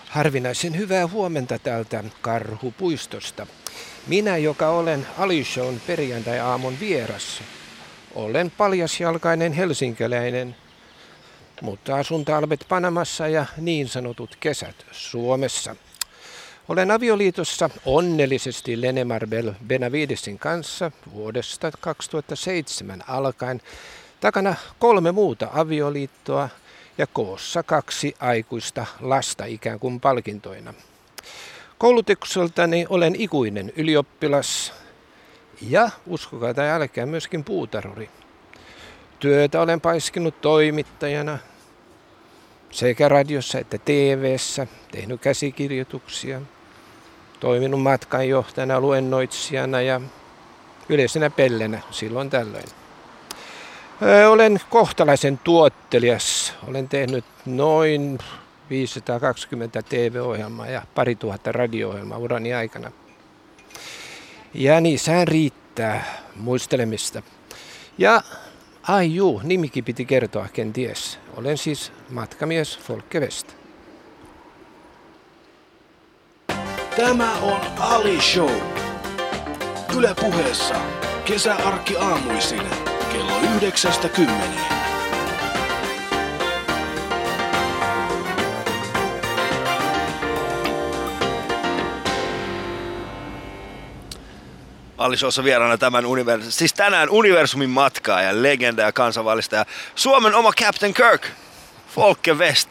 Harvinaisen hyvää huomenta täältä Karhupuistosta. Minä, joka olen Ali Shown perjantai-aamun vieras, olen paljasjalkainen helsinkiläinen, mutta asun talvet Panamassa ja niin sanotut kesät Suomessa. Olen avioliitossa onnellisesti Lene Marbel Benavidesin kanssa vuodesta 2007 alkaen. Takana 3 muuta avioliittoa ja koossa 2 aikuista lasta ikään kuin palkintoina. Koulutukseltani olen ikuinen ylioppilas ja uskokaa tai älkää myöskin puutarhuri. Työtä olen paiskinut toimittajana sekä radiossa että TV:ssä, tehnyt käsikirjoituksia, toiminut matkanjohtajana, luennoitsijana ja yleisenä pellenä silloin tällöin. Olen kohtalaisen tuottelias. Olen tehnyt noin 520 TV-ohjelmaa ja 2000 radio-ohjelmaa urani aikana. Ja niissähän riittää muistelemista. Ja nimikin piti kertoa kenties. Olen siis matkamies Folke West. Tämä on Ali Show. Yle Puheessa kesäarkki aamuisin kello 9–10. Ali Showssa vieraana tänään universumin matkaaja, legenda ja kansanvalistaja, Suomen oma Captain Kirk, Folke West.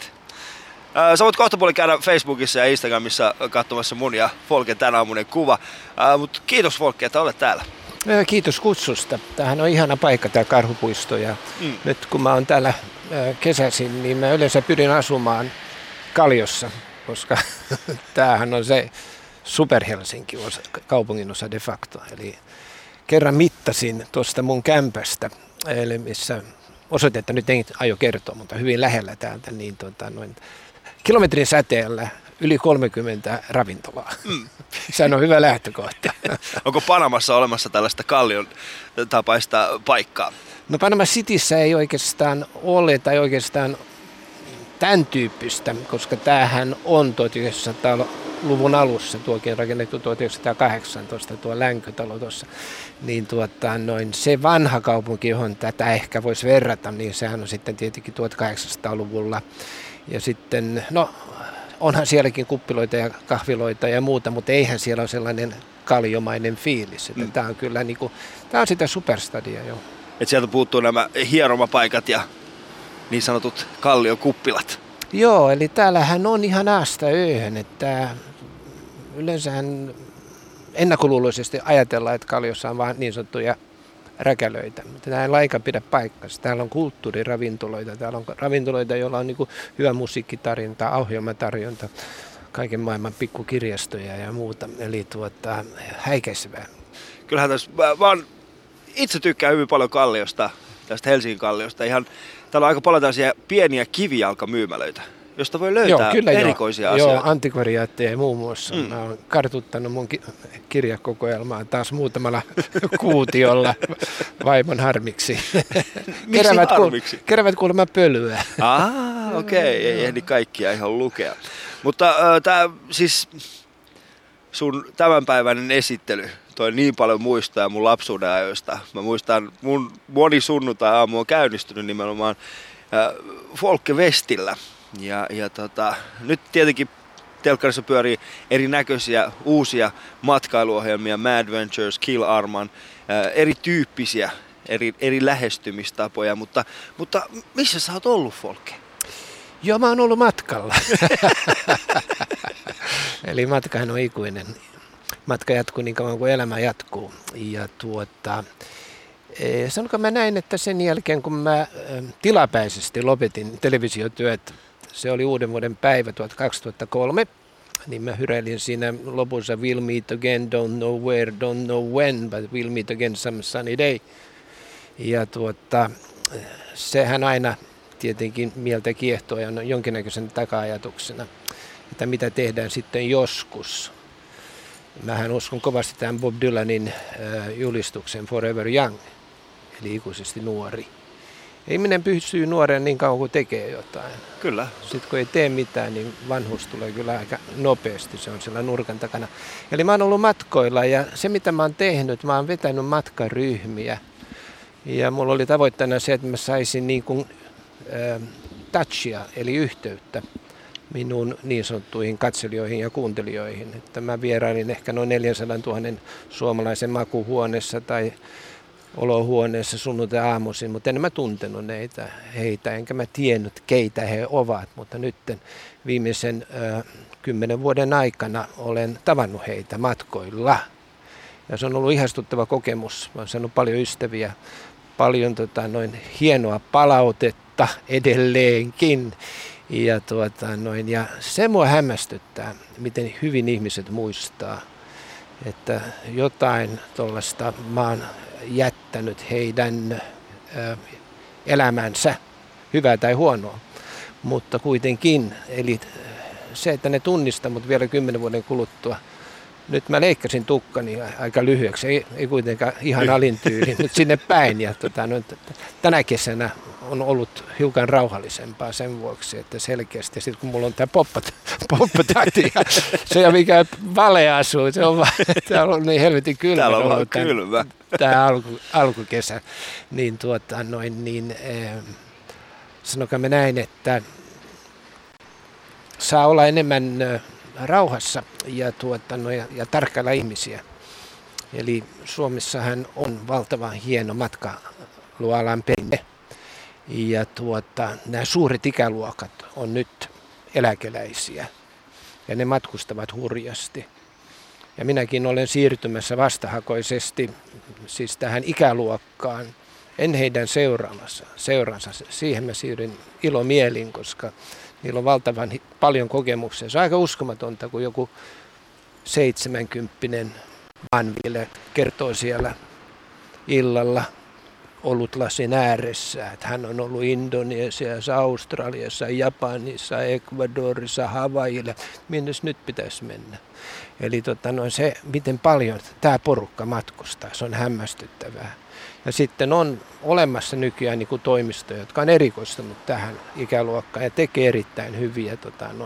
Sä voit kohtapuoli käydä Facebookissa ja Instagramissa katsomassa mun ja Folken tänaamunen kuva. Mutta kiitos Folke, että olet täällä. Kiitos kutsusta. Tämähän on ihana paikka, tämä Karhupuisto. Ja nyt kun mä oon täällä kesäisin, niin mä yleensä pyrin asumaan Kalliossa, koska tämähän on se Super-Helsinki kaupunginosa de facto. Eli kerran mittasin tuosta mun kämpästä, eli missä osoitetta nyt en aio kertoa, mutta hyvin lähellä täältä, niin noin kilometrin säteellä yli 30 ravintolaa. Sehän on hyvä lähtökohta. Onko Panamassa olemassa tällaista kallion tapaista paikkaa? No Panama Cityssä ei oikeastaan ole tai oikeastaan tämän tyyppistä, koska tämähän on 1900-luvun alussa, tuokin rakennettu 1918, tuo Länkötalo tuossa, niin se vanha kaupunki, johon tätä ehkä voisi verrata, niin sehän on sitten tietenkin 1800-luvulla. Ja sitten, onhan sielläkin kuppiloita ja kahviloita ja muuta, mutta eihän siellä ole sellainen kalliomainen fiilis. Tämä on kyllä tämä on sitä superstadia jo. Et sieltä puuttuu nämä hieromapaikat ja niin sanotut kalliokuppilat. Joo, eli täällähän on ihan aasta ööhön, että yleensähän ennakkoluuloisesti ajatellaan, että Kalliossa on vain niin sanottuja räkälöitä, mutta tämä ei laika pidä paikkansa. Täällä on kulttuuriravintoloita, täällä on ravintoloita, joilla on hyvä musiikkitarjonta, ohjelmatarjonta, kaiken maailman pikkukirjastoja ja muuta, eli häikäisevää. Kyllähän tässä, mä itse tykkään hyvin paljon Kalliosta, tästä Helsingin Kalliosta. Täällä on aika paljon tällaisia pieniä kivijalkamyymälöitä, josta voi löytää erikoisia asioita. Joo, antikvariaatteja muun muassa. Mä oon kartuttanut mun kirjakokoelmaa taas muutamalla kuutiolla vaimon harmiksi. Miksi harmiksi? Keräävät kuulemma pölyä. Okei, ei ehdi kaikkia ihan lukea. Mutta siis sun tämänpäiväinen esittely toi niin paljon muistoja mun lapsuuden ajoista. Mä muistan, mun moni sunnuntai-aamu on käynnistynyt nimenomaan Folke Westillä. Ja nyt tietenkin telkkarissa pyörii erinäköisiä uusia matkailuohjelmia, Mad Ventures, Kill Arman, erityyppisiä, eri lähestymistapoja, mutta missä sä oot ollut, Folke? Joo, mä oon ollut matkalla. Eli matkahan on ikuinen. Matka jatkuu niin kauan kuin elämä jatkuu. Ja sanonko mä näin, että sen jälkeen kun mä tilapäisesti lopetin televisiotyöt, se oli uuden vuoden päivä 2003, niin mä hyräilin siinä lopussa We'll meet again, don't know where, don't know when, but we'll meet again some sunny day. Ja sehän aina tietenkin mieltä kiehtoo ja on jonkinnäköisen taka-ajatuksena, että mitä tehdään sitten joskus. Mähän uskon kovasti tämän Bob Dylanin julistuksen Forever Young, eli ikuisesti nuori. Ihminen pysyy nuorena niin kauan kuin tekee jotain. Kyllä. Sitten kun ei tee mitään, niin vanhuus tulee kyllä aika nopeasti, se on siellä nurkan takana. Eli mä oon ollut matkoilla ja se mitä mä oon tehnyt, mä oon vetänyt matkaryhmiä. Ja mulla oli tavoitteena se, että mä saisin niin kuin, touchia, eli yhteyttä minun niin sanottuihin katselijoihin ja kuuntelijoihin. Että mä vierailin ehkä noin 400 000 suomalaisen makuhuoneessa tai olohuoneessa sunnuntai-aamuisin, mutta en mä tuntenut heitä, enkä mä tiennyt, keitä he ovat. Mutta nyt viimeisen 10 vuoden aikana olen tavannut heitä matkoilla. Ja se on ollut ihastuttava kokemus. Mä oon saanut paljon ystäviä, paljon hienoa palautetta edelleenkin. Ja se mua hämmästyttää, miten hyvin ihmiset muistaa, että jotain tuollaista mä oon jättänyt heidän elämänsä, hyvää tai huonoa, mutta kuitenkin, eli se, että ne tunnistaa mut vielä 10 vuoden kuluttua. Nyt mä leikkasin tukkani aika lyhyeksi, ei kuitenkaan ihan alintyyli, nyt sinne päin. Ja tänä kesänä on ollut hiukan rauhallisempaa sen vuoksi, että selkeästi. Sitten kun mulla on tämä poppatahti, se ei ole mikään valeasu, se on vaan, täällä on niin helvetin kylmä. Täällä on vaan kylmä. Tämä alkukesä. Sanokaamme näin, että saa olla enemmän rauhassa ja tarkkailla ihmisiä. Eli Suomessahan on valtavan hieno matkailualan perinne. Ja nämä suuret ikäluokat on nyt eläkeläisiä ja ne matkustavat hurjasti. Ja minäkin olen siirtymässä vastahakoisesti siis tähän ikäluokkaan. En heidän seuransa. Siihen mä siirryn ilomielin, koska niillä on valtavan paljon kokemuksia. Se on aika uskomatonta, kun joku 70 maanviljelijä kertoo siellä illalla olutlasin ääressä, että hän on ollut Indonesiassa, Australiassa, Japanissa, Ecuadorissa, Havaijilla. Minnes nyt pitäisi mennä? Eli se, miten paljon tämä porukka matkustaa, se on hämmästyttävää. Ja sitten on olemassa nykyään niin kuin toimistoja, jotka on erikoistunut tähän ikäluokkaan ja tekee erittäin hyviä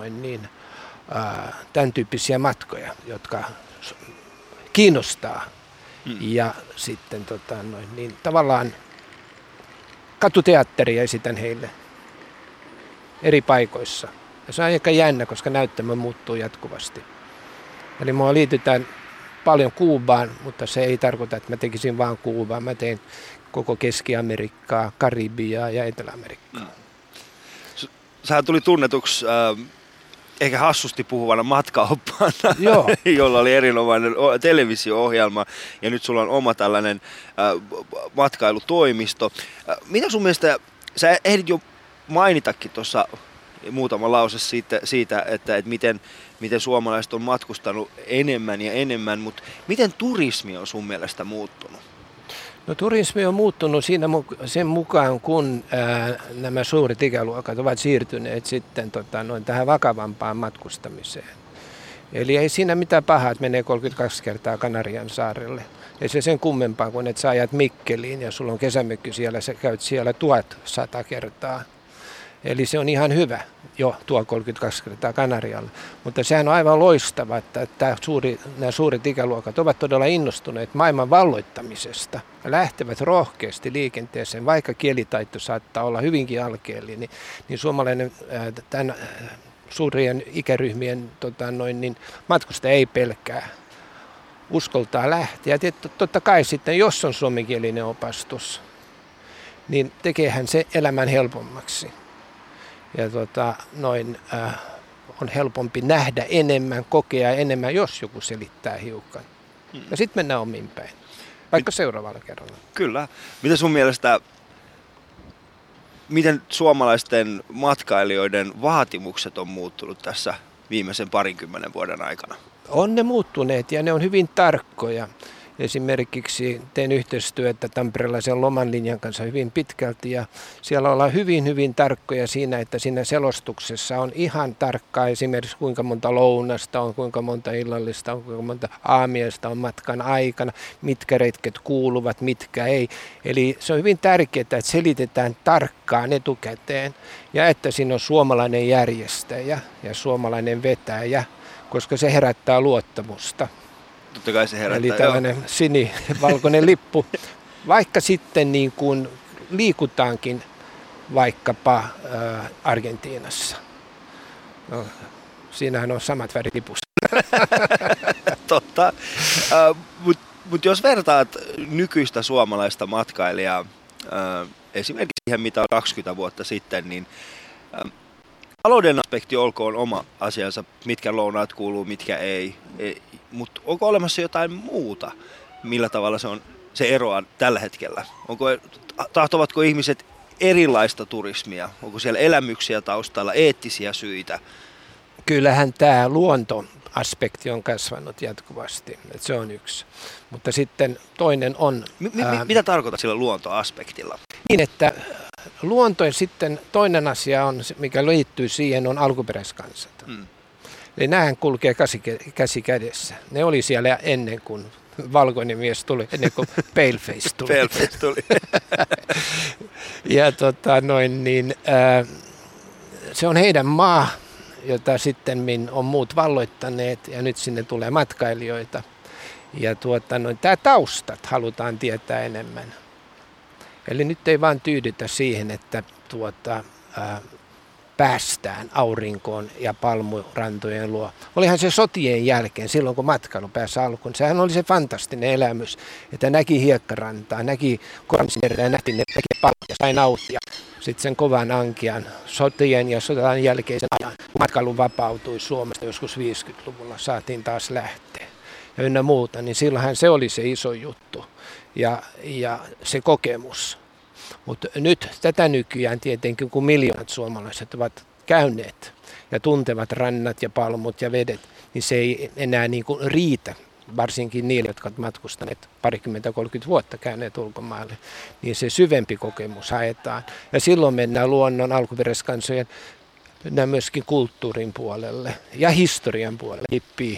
tämän tyyppisiä matkoja, jotka kiinnostaa. Ja sitten tavallaan katuteatteria esitän heille eri paikoissa. Ja se on aika jännä, koska näyttämö muuttuu jatkuvasti. Eli mua liitytään paljon Kuubaan, mutta se ei tarkoita, että mä tekisin vaan Kuubaa. Mä teen koko Keski-Amerikkaa, Karibiaa ja Etelä-Amerikkaa. Sähän tuli tunnetuksi ehkä hassusti puhuvana matkaoppaana, jolla oli erinomainen televisio-ohjelma ja nyt sulla on oma tällainen matkailutoimisto. Mitä sun mielestä, sä ehdit jo mainitakin tuossa muutama lause siitä että miten suomalaiset on matkustanut enemmän ja enemmän, mutta miten turismi on sun mielestä muuttunut? No turismi on muuttunut sen mukaan, kun nämä suuret ikäluokat ovat siirtyneet sitten tähän vakavampaan matkustamiseen. Eli ei siinä mitään pahaa, että menee 32 kertaa Kanarian saarelle. Ei se sen kummempaa kuin, että sä ajat Mikkeliin ja sulla on kesämökki siellä, sä käyt siellä 1100 kertaa. Eli se on ihan hyvä jo tuo 32 kertaa Kanarialla. Mutta sehän on aivan loistava, että nämä suuret ikäluokat ovat todella innostuneet maailman valloittamisesta ja lähtevät rohkeasti liikenteeseen, vaikka kielitaito saattaa olla hyvinkin alkeellinen, niin suomalainen tämän suurien ikäryhmien matkustaja ei pelkää. Uskoltaa lähteä. Ja totta kai sitten, jos on suomenkielinen opastus, niin tekeehän se elämän helpommaksi. Ja on helpompi nähdä enemmän, kokea enemmän, jos joku selittää hiukan. Ja sitten mennään omiin päin, vaikka seuraavalla kerralla. Kyllä. Mitä sun mielestä, miten suomalaisten matkailijoiden vaatimukset on muuttunut tässä viimeisen 20 vuoden aikana? On ne muuttuneet ja ne on hyvin tarkkoja. esimerkiksi teen yhteistyötä tamperelaisen Loman linjan kanssa hyvin pitkälti ja siellä ollaan hyvin, hyvin tarkkoja siinä, että siinä selostuksessa on ihan tarkkaa esimerkiksi kuinka monta lounasta on, kuinka monta illallista on, kuinka monta aamiaista on matkan aikana, mitkä retket kuuluvat, mitkä ei. Eli se on hyvin tärkeää, että selitetään tarkkaan etukäteen ja että siinä on suomalainen järjestäjä ja suomalainen vetäjä, koska se herättää luottamusta. Totta kai se herättää. Eli tällainen sinivalkoinen lippu, vaikka sitten niin kuin liikutaankin vaikkapa Argentiinassa. No, siinähän on samat värilipussa. Totta, mutta jos vertaat nykyistä suomalaista matkailijaa esimerkiksi siihen, mitä on 20 vuotta sitten, niin talouden aspekti olkoon oma asiansa, mitkä lounaat kuuluu, mitkä ei. Mutta onko olemassa jotain muuta, millä tavalla se eroaa tällä hetkellä? Tahtovatko ihmiset erilaista turismia? Onko siellä elämyksiä taustalla, eettisiä syitä? Kyllähän tämä luontoaspekti on kasvanut jatkuvasti, että se on yksi. Mutta sitten toinen on... Mitä tarkoitat sillä luontoaspektilla? Niin, että luonto sitten toinen asia on, mikä liittyy siihen, on alkuperäiskansat. Eli nämähän kulkee käsi kädessä. Ne oli siellä ennen kuin valkoinen mies tuli, ennen kuin paleface tuli. Paleface tuli. Ja se on heidän maa, jota sitten on muut valloittaneet ja nyt sinne tulee matkailijoita. Ja tämä taustat halutaan tietää enemmän. Eli nyt ei vaan tyydytä siihen, että päästään aurinkoon ja palmurantojen luo. Olihan se sotien jälkeen, silloin kun matkailu pääsi alkuun. Sehän oli se fantastinen elämys, että näki hiekkarantaa, näki Kormsinjärveä, näki palmuja ja sai nauttia. Sitten sen kovan ankian sotien ja sodan jälkeisen ajan, kun matkailu vapautui Suomesta joskus 50-luvulla, saatiin taas lähteä ja ynnä muuta, niin silloinhan se oli se iso juttu ja se kokemus. Mutta nyt tätä nykyään tietenkin, kun miljoonat suomalaiset ovat käyneet ja tuntevat rannat ja palmut ja vedet, niin se ei enää niin kuin riitä, varsinkin niille, jotka ovat matkustaneet 20-30 vuotta käyneet ulkomaille, niin se syvempi kokemus haetaan. Ja silloin mennään luonnon alkuperäiskansojen, mennään myöskin kulttuurin puolelle ja historian puolelle. Hippii.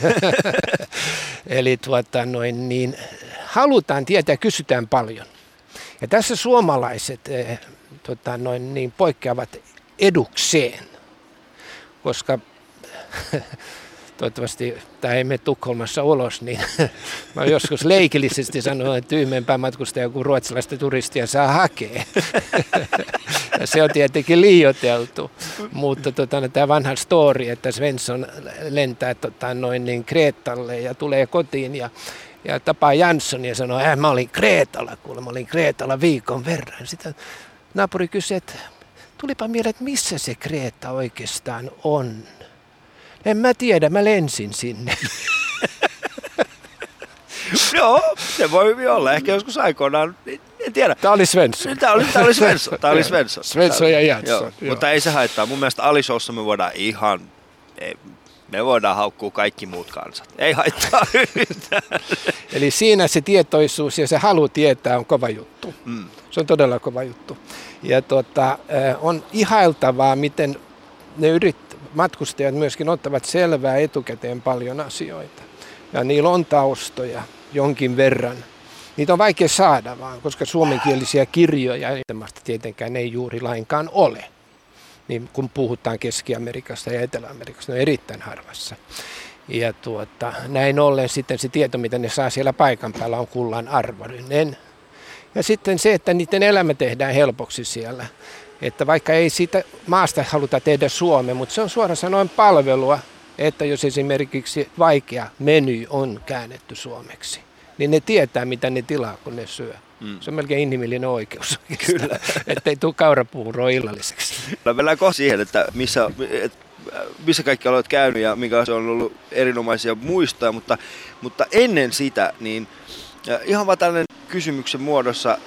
Eli halutaan tietää, kysytään paljon. Ja tässä suomalaiset poikkeavat edukseen, koska toivottavasti tämä ei mene Tukholmassa ulos, niin mä joskus leikillisesti sanoin, että tyhmempää matkustajaa kuin ruotsalaista turistia saa hakea. Ja se on tietenkin liioiteltu, mutta tämä vanha story, että Svensson lentää Kreetalle ja tulee kotiin ja tapaa Jansson ja sanoo, että mä olin Kreetalla viikon verran. Sitten naapuri kysyi, että tulipa mieleen, että missä se Kreeta oikeastaan on. En mä tiedä, mä lensin sinne. Joo, se voi hyvin olla. Ehkä joskus aikoinaan, en tiedä. Tämä oli Svensson. Tämä oli Svensson. Svensson ja Jansson. Mutta ei se haittaa. Mun mielestä Ali-showssa me voidaan haukkua kaikki muut kansat. Ei haittaa yhtään. Eli siinä se tietoisuus ja se halu tietää on kova juttu. Se on todella kova juttu. Ja on ihailtavaa, miten ne matkustajat myöskin ottavat selvää etukäteen paljon asioita. Ja niillä on taustoja jonkin verran. Niitä on vaikea saada vaan, koska suomenkielisiä kirjoja tietenkään ei juuri lainkaan ole. Niin kun puhutaan Keski-Amerikasta ja Etelä-Amerikasta, ne on erittäin harvassa. Ja näin ollen sitten se tieto, mitä ne saa siellä paikan päällä, on kullan arvoinen. Ja sitten se, että niiden elämä tehdään helpoksi siellä. Että vaikka ei siitä maasta haluta tehdä Suomea, mutta se on suoraan sanoen palvelua, että jos esimerkiksi vaikea meny on käännetty suomeksi, niin ne tietää, mitä ne tilaa, kun ne syö. Se on melkein inhimillinen oikeus. Kyllä. Että ei tule kaurapuuroa illalliseksi. Mennään kohta siihen, että missä kaikki olet käynyt ja mikä se on ollut erinomaisia muistoja, mutta ennen sitä, niin ihan vaan tällainen kysymyksen muodossa.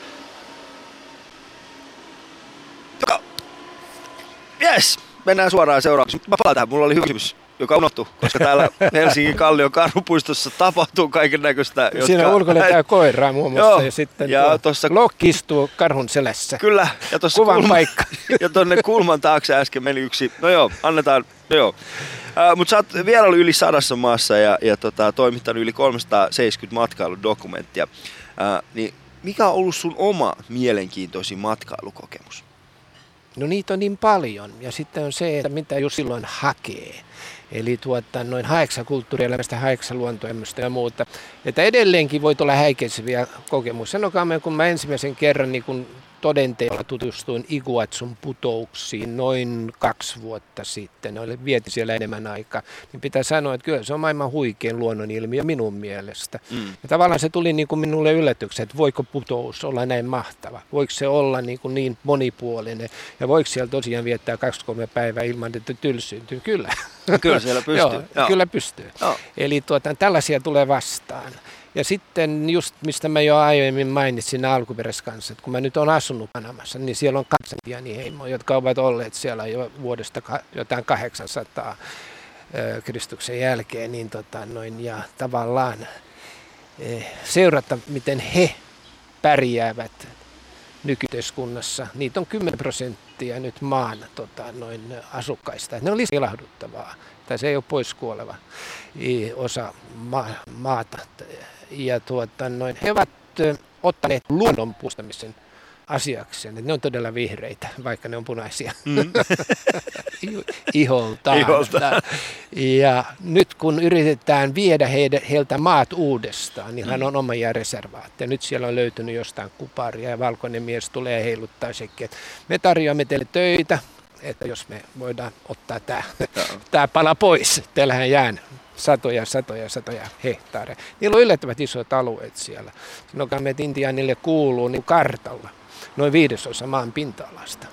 Yes, mennään suoraan seuraavaksi. Mä palaan tähän, mulla oli hyvä kysymys joka unohtui, koska täällä Helsingin Kallion karhupuistossa tapahtuu kaiken näköistä. Siinä ulkoilee koiraa muun muassa. Joo, ja sitten Lokki istuu karhun selässä. Kyllä. Ja kuvan paikka. Ja tuonne kulman taakse äsken meni yksi. No joo, annetaan. No joo. Mutta sä oot vierailu yli 100 maassa ja toimittanut yli 370 matkailudokumenttia. Niin mikä on ollut sun oma mielenkiintoisin matkailukokemus? No niitä on niin paljon. Ja sitten on se, että mitä just silloin hakee. Eli noin haeksa kulttuurielämästä, haeksa luontoelämästä ja muuta. Että edelleenkin voi tulla häikäiseviä kokemuksia. Sanokaamme, kun mä ensimmäisen kerran niin kun todenteella tutustuin Iguazun putouksiin noin 2 vuotta sitten, vietin siellä enemmän aikaa, niin pitää sanoa, että kyllä se on maailman huikein luonnonilmiö minun mielestä. Ja tavallaan se tuli niin kuin minulle yllätyksen, että voiko putous olla näin mahtava, voiko se olla niin monipuolinen ja voiko siellä tosiaan viettää 2-3 päivää ilman, että tylsyyntyy. Kyllä. Kyllä siellä pystyy. Joo. Kyllä pystyy. Joo. Eli tällaisia tulee vastaan. Ja sitten just, mistä mä jo aiemmin mainitsin alkuperäiskanssa, että kun mä nyt olen asunut Panamassa, niin siellä on 2 indiaaniheimoja, jotka ovat olleet siellä jo vuodesta jotain 800 Kristuksen jälkeen, niin ja tavallaan seurata, miten he pärjäävät nykyyhteiskunnassa. Niitä on 10% nyt maan asukkaista. Ne on ilahduttavaa. Tai se ei ole poiskuoleva osa maata. Ja he ovat ottaneet luonnon puolustamisen asiakseen. Ne on todella vihreitä, vaikka ne on punaisia iholtaan. Ja nyt kun yritetään viedä heiltä maat uudestaan, niin hän on oma reservaatti. Ja nyt siellä on löytynyt jostain kuparia ja valkoinen mies tulee ja heiluttaa sekin. Me tarjoamme teille töitä, että jos me voidaan ottaa tämä pala pois. Täällähän jää satoja hehtaareja. Niillä on yllättävät isot alueet siellä. Sanotaan, että intiaanille kuuluu niin kartalla noin 5% maan pinta-alasta.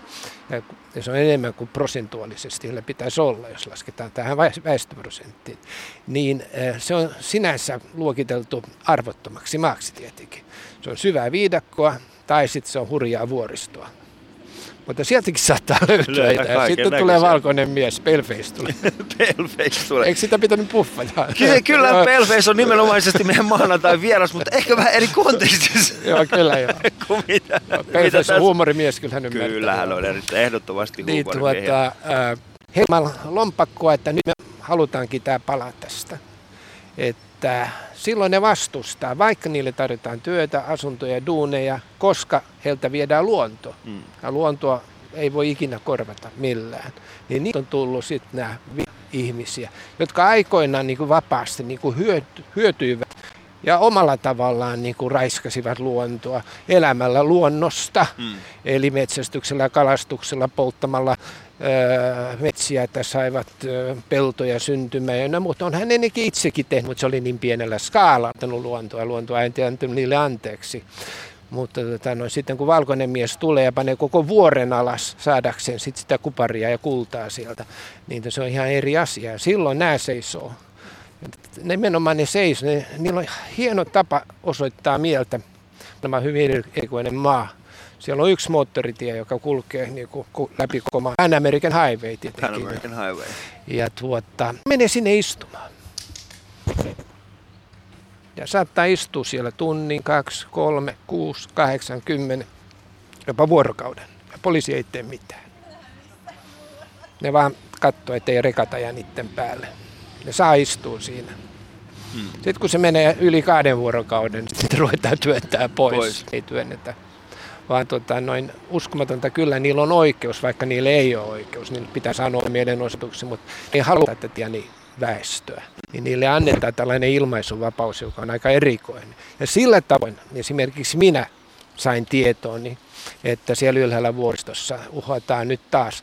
Ja se on enemmän kuin prosentuaalisesti sillä pitäisi olla, jos lasketaan tähän väestöprosenttiin. Niin se on sinänsä luokiteltu arvottomaksi maaksi tietenkin. Se on syvää viidakkoa tai sitten se on hurjaa vuoristoa. Mutta sieltäkin saattaa löytyä. Ja sitten tulee valkoinen mies, paleface tulee. Paleface tulee. Eikö sitä pitänyt puffata? Kyllä paleface on nimenomaisesti meidän maanantain vieras, mutta ehkä vähän eri kontekstissa. Joo, kyllä joo. Paleface on huumorimies, kyllä hän ymmärtää. Kyllä, hän on ehdottomasti huumorimies. Heilman lompakkoa, että nyt me halutaankin tämä pala tästä. Että silloin ne vastustaa, vaikka niille tarjotaan työtä, asuntoja ja duuneja, koska heiltä viedään luonto. Ja luontoa ei voi ikinä korvata millään. Niin niitä on tullut sitten nämä ihmisiä, jotka aikoinaan niin kuin vapaasti niin kuin hyötyivät ja omalla tavallaan niin kuin raiskasivat luontoa elämällä luonnosta, eli metsästyksellä ja kalastuksella, polttamalla metsiä, että saivat peltoja syntymään. Mutta on hän ennenkin itsekin tehnyt, mutta se oli niin pienellä skaalalla luontoa. Luontoa ei antanut niille anteeksi. Mutta sitten kun valkoinen mies tulee ja panee koko vuoren alas saadakseen sitä kuparia ja kultaa sieltä, niin se on ihan eri asia. Ja silloin nämä seisoo. Nimenomaan ne seisoo. Niillä on hieno tapa osoittaa mieltä. Tämä on hyvin erikoinen maa. Siellä on yksi moottoritie, joka kulkee niin kuin läpi koko maan. Pan American Highway tietenkin. Pan American Highway. Ja menee sinne istumaan. Ja saattaa istua siellä tunnin, 2, 3, 6, 8, 10, jopa vuorokauden. Ja poliisi ei tee mitään. Ne vaan katsoo, ettei rekat aja niiden päälle. Ne saa istua siinä. Sitten kun se menee yli 2 vuorokauden, sitten ruvetaan työntää pois. Ei työnnetä. Vaan uskomatonta kyllä, niillä on oikeus, vaikka niillä ei ole oikeus. Niillä pitää sanoa mielenosoituksia, mutta ei haluta tätä väestöä. Niin niille annetaan tällainen ilmaisuvapaus, joka on aika erikoinen. Ja sillä tavoin esimerkiksi minä sain tietoon, että siellä ylhäällä vuoristossa uhataan nyt taas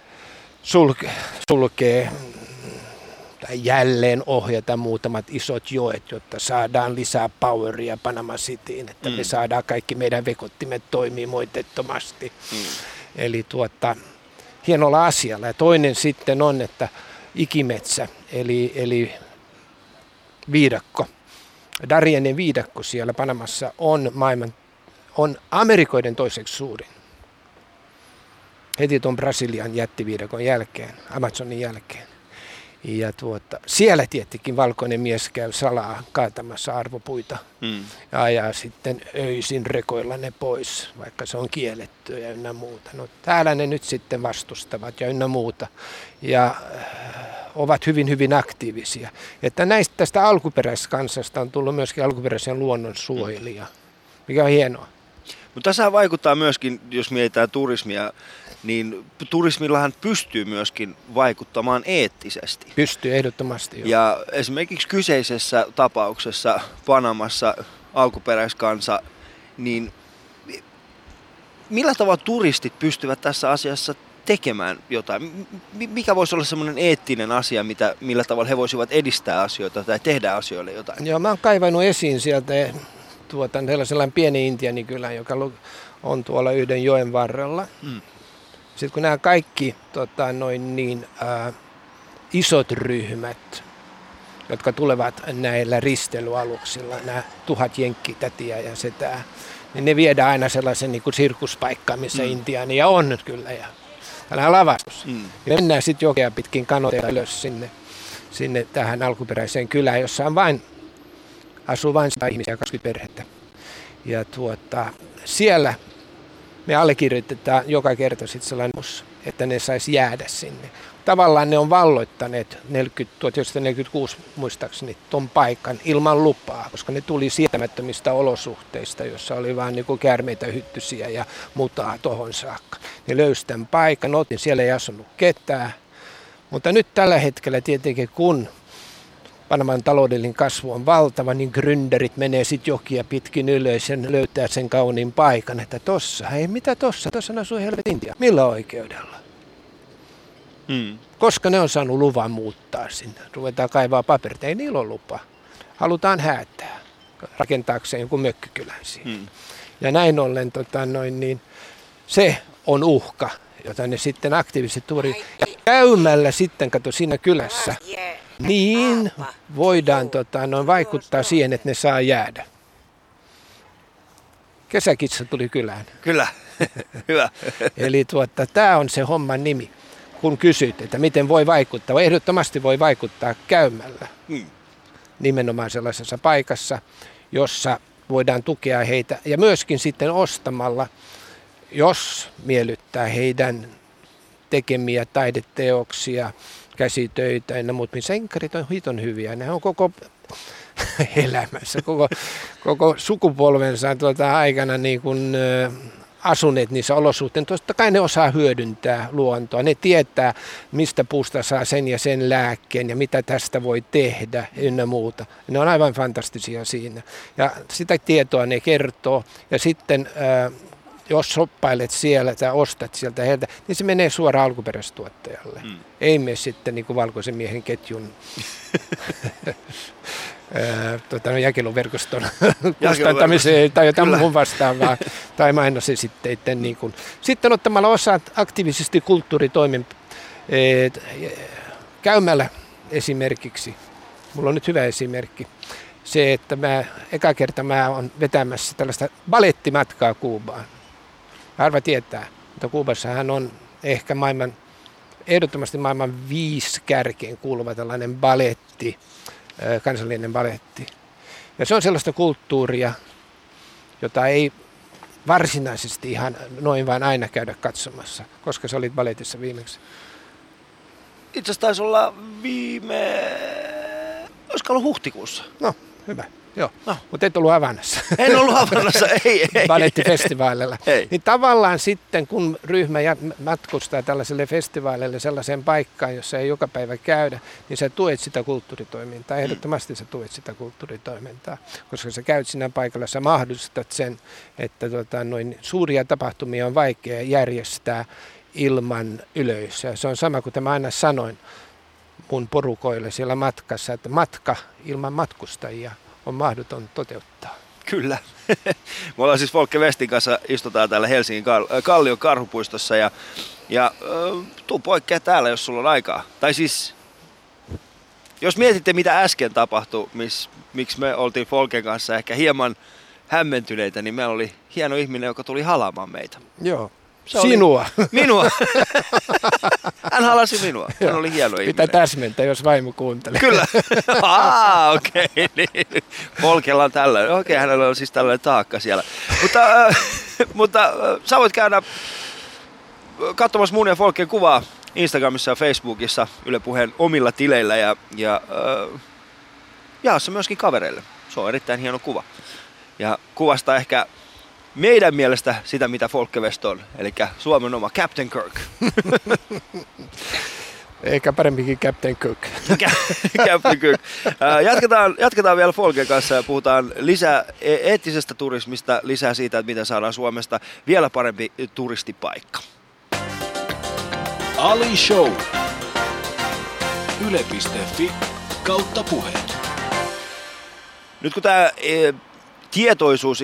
sulkee tai jälleen ohjata muutamat isot joet, jotta saadaan lisää poweria Panama Cityin, että me saadaan kaikki meidän vekottimet toimii moitettomasti. Eli hienolla asialla. Ja toinen sitten on, että ikimetsä, eli viidakko, Darienin viidakko siellä Panamassa on Amerikoiden toiseksi suurin. Heti tuon Brasilian jättiviidakon jälkeen, Amazonin jälkeen. Ja siellä tietenkin valkoinen mies käy salaa kaatamassa arvopuita ja ajaa sitten öisin rekoilla ne pois, vaikka se on kielletty ja ynnä muuta. No, täällä ne nyt sitten vastustavat ja ynnä muuta ja ovat hyvin, hyvin aktiivisia. Että tästä alkuperäiskansasta on tullut myöskin alkuperäisen luonnon suojelija, mikä on hienoa. Mutta tässä vaikuttaa myöskin, jos mietitään turismia, niin turismillahan pystyy myöskin vaikuttamaan eettisesti. Pystyy ehdottomasti. Jo. Ja esimerkiksi kyseisessä tapauksessa Panamassa alkuperäiskansa, niin millä tavalla turistit pystyvät tässä asiassa tekemään jotain? Mikä voisi olla semmoinen eettinen asia, millä tavalla he voisivat edistää asioita tai tehdä asioille jotain? Joo, mä oon kaivannut esiin sieltä sellainen pieni intiaanikylä, joka on tuolla yhden joen varrella. Sitten kun nämä kaikki isot ryhmät, jotka tulevat näillä risteilyaluksilla, nämä 1000 jenkkitätiä ja setää, niin ne viedään aina sellaisen niin kuin sirkuspaikkaan, missä intiaania on kyllä. Ja tällainen lavastus. Ja mennään sitten jokea pitkin kanoteilla ylös sinne tähän alkuperäiseen kylään, jossa asuu vain 100 ihmisiä, 20 perhettä. Ja siellä me allekirjoitetaan joka kerta sitten sellainen, että ne saisi jäädä sinne. Tavallaan ne on valloittaneet 1946 muistaakseni ton paikan ilman lupaa, koska ne tuli sietämättömistä olosuhteista, jossa oli vaan niin kuin käärmeitä, hyttysiä ja mutaa tohon saakka. Ne löysi tämän paikan, otin, siellä ei asunut ketään. Mutta nyt tällä hetkellä tietenkin, kun Panaman taloudellinen kasvu on valtava, niin gründerit menee sitten jokia pitkin ylös ja löytää sen kauniin paikan, että tossa, hei mitä tossa asuu helvetin Intia. Millä oikeudella? Koska ne on saanut luvan muuttaa sinne. Ruvetaan kaivaa paperit, ei niillä ole lupa. Halutaan häätää rakentaakseen jonkun mökkikylän siihen. Ja näin ollen se on uhka, jota ne sitten aktiivisesti käymällä sitten, kato siinä kylässä. Niin voidaan vaikuttaa siihen, että ne saa jäädä. Kesäkitsa tuli kylään. Kyllä, hyvä. Eli tämä on se homman nimi. Kun kysyt, että miten voi vaikuttaa, ehdottomasti voi vaikuttaa käymällä. Nimenomaan sellaisessa paikassa, jossa voidaan tukea heitä. Ja myöskin sitten ostamalla, jos miellyttää heidän tekemiä taideteoksia, käsitöitä ja muut, missä enkarit on hiton hyviä. Ne on koko elämässä, koko sukupolvensa aikana niin kuin, asuneet niissä olosuhteissa. Totta kai ne osaa hyödyntää luontoa. Ne tietää, mistä puusta saa sen ja sen lääkkeen ja mitä tästä voi tehdä ynnä muuta. Ne on aivan fantastisia siinä. Ja sitä tietoa ne kertoo. Ja sitten jos shoppailet siellä tai ostat sieltä heiltä, niin se menee suoraan alkuperäistuottajalle. Ei mene sitten niin kuin valkoisen miehen ketjun jakeluverkoston kustantamiseen tai jotain muuhun vastaavaa tai mainosesitteiden. Niin kuin. Sitten ottamalla osaa aktiivisesti käymällä esimerkiksi. Mulla on nyt hyvä esimerkki. Se, että eka kerta mä oon vetämässä tällaista balettimatkaa Kuubaan. Harva tietää, mutta Kuubassahan on ehkä ehdottomasti maailman 5 kärkeen kuuluva tällainen baletti, kansallinen baletti. Ja se on sellaista kulttuuria, jota ei varsinaisesti ihan noin vaan aina käydä katsomassa, koska sä olit baletissa viimeksi. Itse asiassa taisi olla olisiko ollut huhtikuussa? No, hyvä. Joo, mutta et ollut Havannassa. En ollut Havannassa, ei. Balettifestivaalilla. Niin tavallaan sitten, kun ryhmä matkustaa tällaiselle festivaalille sellaiseen paikkaan, jossa ei joka päivä käydä, niin sä tuet sitä kulttuuritoimintaa. Ehdottomasti sä tuet sitä kulttuuritoimintaa, koska sä käyt siinä paikalla, sä mahdollistat sen, että suuria tapahtumia on vaikea järjestää ilman yleisöä. Se on sama kuin mä aina sanoin mun porukoille siellä matkassa, että matka ilman matkustajia on mahdoton toteuttaa. Kyllä. Me ollaan siis Folke Westin kanssa, istutaan täällä Helsingin Kallion Karhupuistossa ja tuu poikkea täällä, jos sulla on aikaa. Tai siis, jos mietitte mitä äsken tapahtui, miksi me oltiin Folken kanssa ehkä hieman hämmentyneitä, niin meillä oli hieno ihminen, joka tuli halaamaan meitä. Joo. Sinua. Minua. Hän halasi minua. Hän oli hieno ihminen. Pitää täsmentää, jos vaimo kuuntelee. Kyllä. Okei. Niin. Volkella on tällainen. Okei, hänellä on siis tällainen taakka siellä. Mutta sä voit käydä katsomassa mun ja Volken kuvaa Instagramissa ja Facebookissa Yle Puheen omilla tileillä ja jaa se myöskin kavereille. Se on erittäin hieno kuva. Ja kuvasta ehkä meidän mielestä sitä, mitä Folke West on, eli Suomen oma Captain Kirk. Eikä paremminkin Captain Cook. Captain Cook. Jatketaan vielä Folken kanssa ja puhutaan lisää eettisestä turismista, lisää siitä, että miten saadaan Suomesta vielä parempi turistipaikka. Ali Show. Yle.fi/puheet. Nyt kun tämä tietoisuus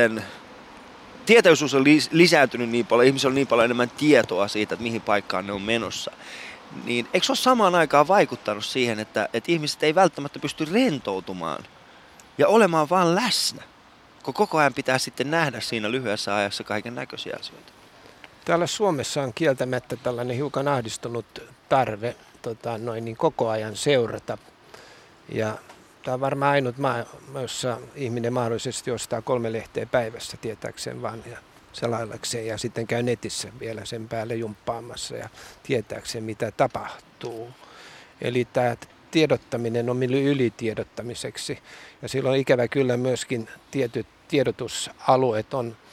on lisääntynyt niin paljon, ihmisillä on niin paljon enemmän tietoa siitä, että mihin paikkaan ne on menossa, niin eikö se ole samaan aikaan vaikuttanut siihen, että ihmiset ei välttämättä pysty rentoutumaan ja olemaan vaan läsnä, kun koko ajan pitää sitten nähdä siinä lyhyessä ajassa kaiken näköisiä asioita? Täällä Suomessa on kieltämättä tällainen hiukan ahdistunut tarve niin koko ajan seurata. Ja tämä on varmaan ainut maa, jossa ihminen mahdollisesti ostaa 3 lehteä päivässä tietääkseen vaan ja selaillakseen ja sitten käy netissä vielä sen päälle jumppaamassa ja tietääkseen mitä tapahtuu. Eli tämä tiedottaminen on ylitiedottamiseksi ja silloin ikävä kyllä myöskin tietyt tiedotusalueet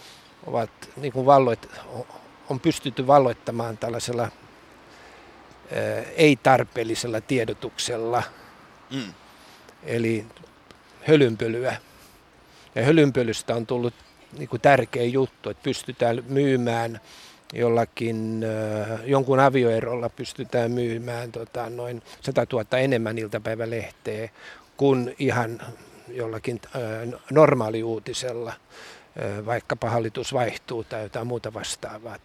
on pystytty valloittamaan tällaisella ei-tarpeellisella tiedotuksella. Eli hölynpölyä. Ja hölynpölystä on tullut tärkeä juttu, että pystytään myymään jonkun avioerolla pystytään myymään noin 100 000 enemmän iltapäivälehteä kuin ihan jollakin normaaliuutisella, vaikkapa hallitus vaihtuu tai jotain muuta vastaavaa.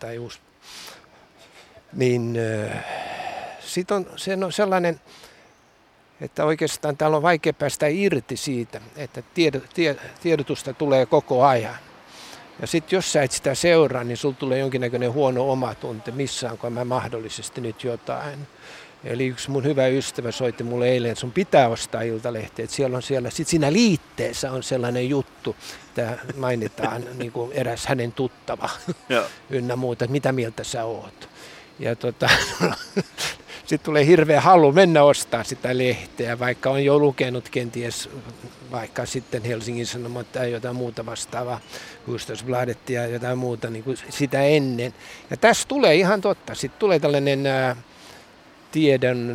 Sitten on sellainen, että oikeastaan täällä on vaikea päästä irti siitä, että tiedotusta tulee koko ajan. Ja sitten jos sä et sitä seuraa, niin sulla tulee jonkinnäköinen huono omatunte, missaanko mä mahdollisesti nyt jotain. Eli yksi mun hyvä ystävä soitti mulle eilen, että sun pitää ostaa Iltalehtiä. Sitten siinä liitteessä on sellainen juttu, että mainitaan niin kuin eräs hänen tuttava ynnä muuta, että mitä mieltä sä oot. Ja sitten tulee hirveä halu mennä ostaa sitä lehteä, vaikka on jo lukenut kenties vaikka sitten Helsingin Sanomat tai jotain muuta vastaavaa, Hufvudstadsbladet ja jotain muuta niin kuin sitä ennen. Ja tässä tulee ihan totta, sitten tulee tällainen tiedon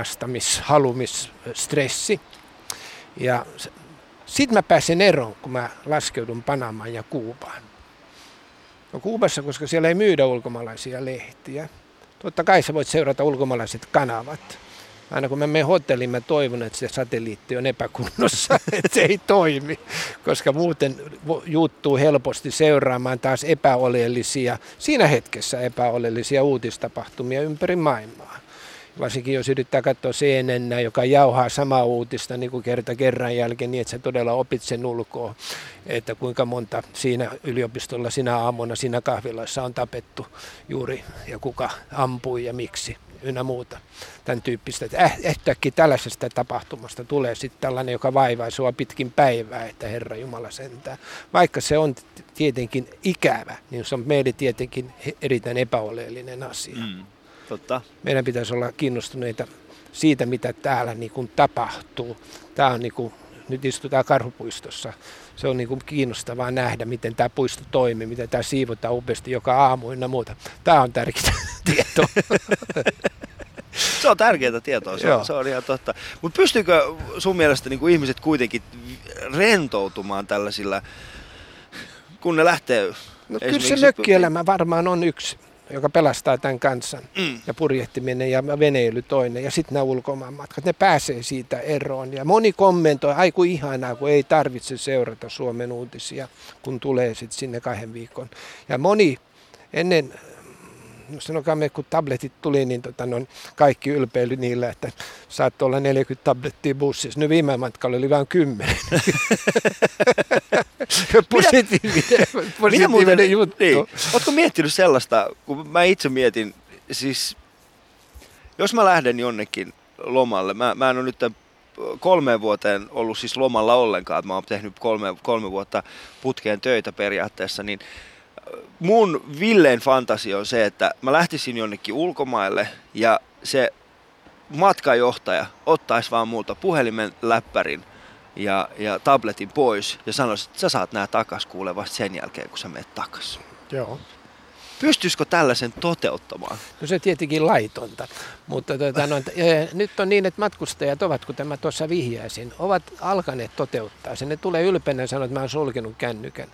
halumisstressi. Ja sitten mä pääsen eroon, kun mä laskeudun Panamaan ja Kuubaan. No Kuubassa, koska siellä ei myydä ulkomaalaisia lehtiä. Totta kai sä voit seurata ulkomaalaiset kanavat. Aina kun mä menen hotelliin, mä toivon, että se satelliitti on epäkunnossa, että se ei toimi, koska muuten juuttuu helposti seuraamaan taas siinä hetkessä epäoleellisia uutistapahtumia ympäri maailmaa. Varsinkin jos yrittää katsoa CNN, joka jauhaa samaa uutista niin kuin kerran jälkeen, niin että sä todella opit sen ulkoa, että kuinka monta siinä yliopistolla, siinä aamuna, siinä kahvilassa on tapettu juuri ja kuka ampui ja miksi ynnä muuta. Tämän tyyppistä, että ähtäkkiä tällaisesta tapahtumasta tulee sitten tällainen, joka vaivaa sua pitkin päivää, että Herra Jumala sentää. Vaikka se on tietenkin ikävä, niin se on meille tietenkin erittäin epäoleellinen asia. Totta. Meidän pitäisi olla kiinnostuneita siitä, mitä täällä niin kuin tapahtuu. Tämä on niin kuin, nyt istutaan Karhupuistossa. Se on niin kuin kiinnostavaa nähdä, miten tämä puisto toimii, miten tämä siivotaan upeasti joka aamu ynnä muuta. Tämä on tärkeää tietoa. Se on tärkeää tietoa, se on ihan totta. Mutta pystyykö sun mielestä niin kuin ihmiset kuitenkin rentoutumaan tällaisilla, kun ne lähtee? No kyllä se mökkielämä varmaan on yksi, joka pelastaa tämän kansan. Ja purjehtiminen ja veneily toinen ja sitten nämä ulkomaanmatkat. Ne pääsee siitä eroon. Ja moni kommentoi, aiku ihanaa, kun ei tarvitse seurata Suomen uutisia, kun tulee sitten sinne 2 viikon. Ja moni ennen sanokaa me, kun tabletit tuli, niin kaikki ylpeili niillä, että saattoi olla 40 tablettia bussissa. Nyt viime matkalla oli vain 10. Positiivinen juttu. Niin. Ootko miettinyt sellaista, kun mä itse mietin, siis jos mä lähden jonnekin lomalle, mä en ole nyt 3 vuoteen ollut siis lomalla ollenkaan, mä oon tehnyt 3 vuotta putkeen töitä periaatteessa, niin mun villeen fantasia on se, että mä lähtisin jonnekin ulkomaille ja se matkajohtaja ottaisi vaan multa puhelimen, läppärin ja tabletin pois ja sanoisi, että sä saat nää takas kuule vasta sen jälkeen, kun sä menet takas. Joo. Pystyisikö tällaisen toteuttamaan? No se tietenkin laitonta, mutta nyt on niin, että matkustajat ovat, kuten mä tuossa vihjaisin, ovat alkaneet toteuttaa sen. Ne tulee ylpeänä ja sanoo, että mä oon sulkenut kännykän.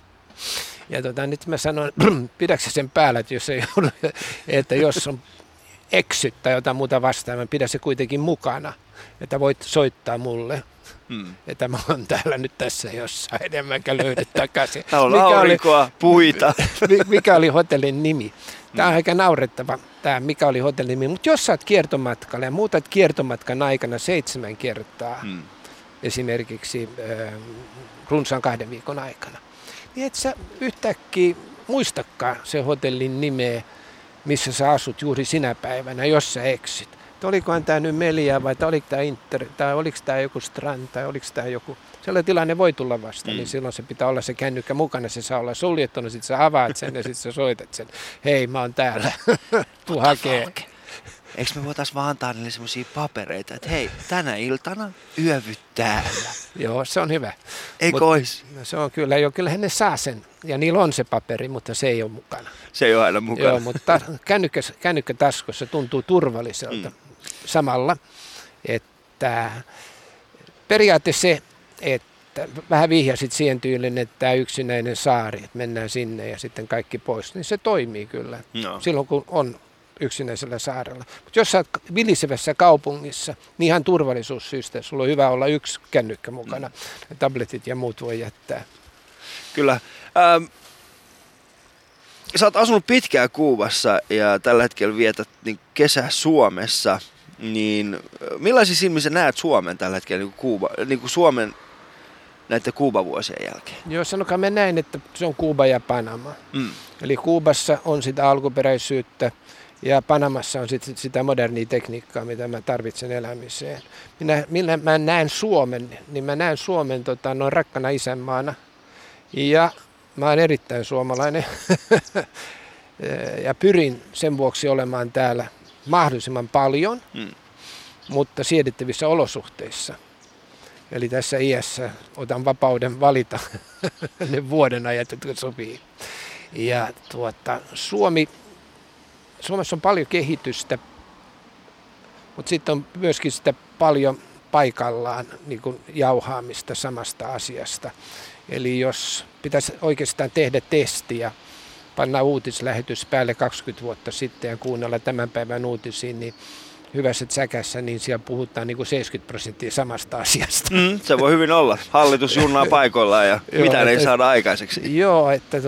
Ja nyt mä sanon, pidäksä sen päällä, että jos on exit tai jotain muuta vastaan, pidä se kuitenkin mukana, että voit soittaa mulle. Että mä oon täällä nyt tässä jossain, enemmänkä löydy takaisin. Täällä on aurinkoa, puita. Mikä oli hotellin nimi? Tämä on aika naurettava, mikä oli hotellin nimi. Mutta jos sä oot kiertomatkalla ja muutat kiertomatkan aikana 7 kertaa, esimerkiksi runsaan 2 viikon aikana, niin et sä yhtäkkiä muistakaan se hotellin nimeä, missä sä asut juuri sinä päivänä, jos sä eksyt. Olikohan tämä nyt Melia vai oliko tämä Inter, tai oliko tämä joku Strand, tai oliko tämä joku, sellainen tilanne voi tulla vastaan, niin silloin se pitää olla se kännykkä mukana, se saa olla suljettuna, sitten sä avaat sen ja sitten sä soitat sen, hei mä oon täällä, tuu hakee. Eikö me voitaisiin vaan antaa niille semmoisia papereita, että hei, tänä iltana yövyt täällä. Joo, se on hyvä. Eikö ois? Se on kyllä, jo kyllähän ne saa sen, ja niillä on se paperi, mutta se ei ole mukana. Se ei ole aina mukana. Joo, mutta kännykkä taskussa tuntuu turvalliselta. Samalla, että periaatteessa se, että vähän vihjasit siihen tyylin, että tämä yksinäinen saari, että mennään sinne ja sitten kaikki pois, niin se toimii kyllä. No. Silloin kun on yksinäisellä saarella. Mutta jos sä oot vilisevässä kaupungissa, niin ihan turvallisuussyistä sulla on hyvä olla 1 kännykkä mukana. Tabletit ja muut voi jättää. Kyllä. Sä oot asunut pitkään Kuubassa ja tällä hetkellä vietät niin kesää Suomessa. Niin millaisia silmiä sä näet Suomen tällä hetkellä, niin kuin Suomen näiden Kuuba-vuosien jälkeen? Joo, sanokaa me näin, että se on Kuuba ja Panama. Eli Kuubassa on sitä alkuperäisyyttä ja Panamassa on sitä modernia tekniikkaa, mitä mä tarvitsen elämiseen. Millä mä näen Suomen, niin mä näen Suomen noin rakkana isänmaana ja mä oon erittäin suomalainen ja pyrin sen vuoksi olemaan täällä mahdollisimman paljon, mutta siedettävissä olosuhteissa. Eli tässä iässä otan vapauden valita ne vuoden ajat, jotka sopii. Ja Suomessa on paljon kehitystä, mutta sitten on myöskin sitä paljon paikallaan niin kuin jauhaamista samasta asiasta. Eli jos pitäisi oikeastaan tehdä testiä, panna uutislähetys päälle 20 vuotta sitten ja kuunnella tämän päivän uutisia, niin hyvässä säkässä, niin siellä puhutaan niin kuin 70% samasta asiasta. Se voi hyvin olla. Hallitus junnaa paikoillaan ja mitään ei saada aikaiseksi. Joo, että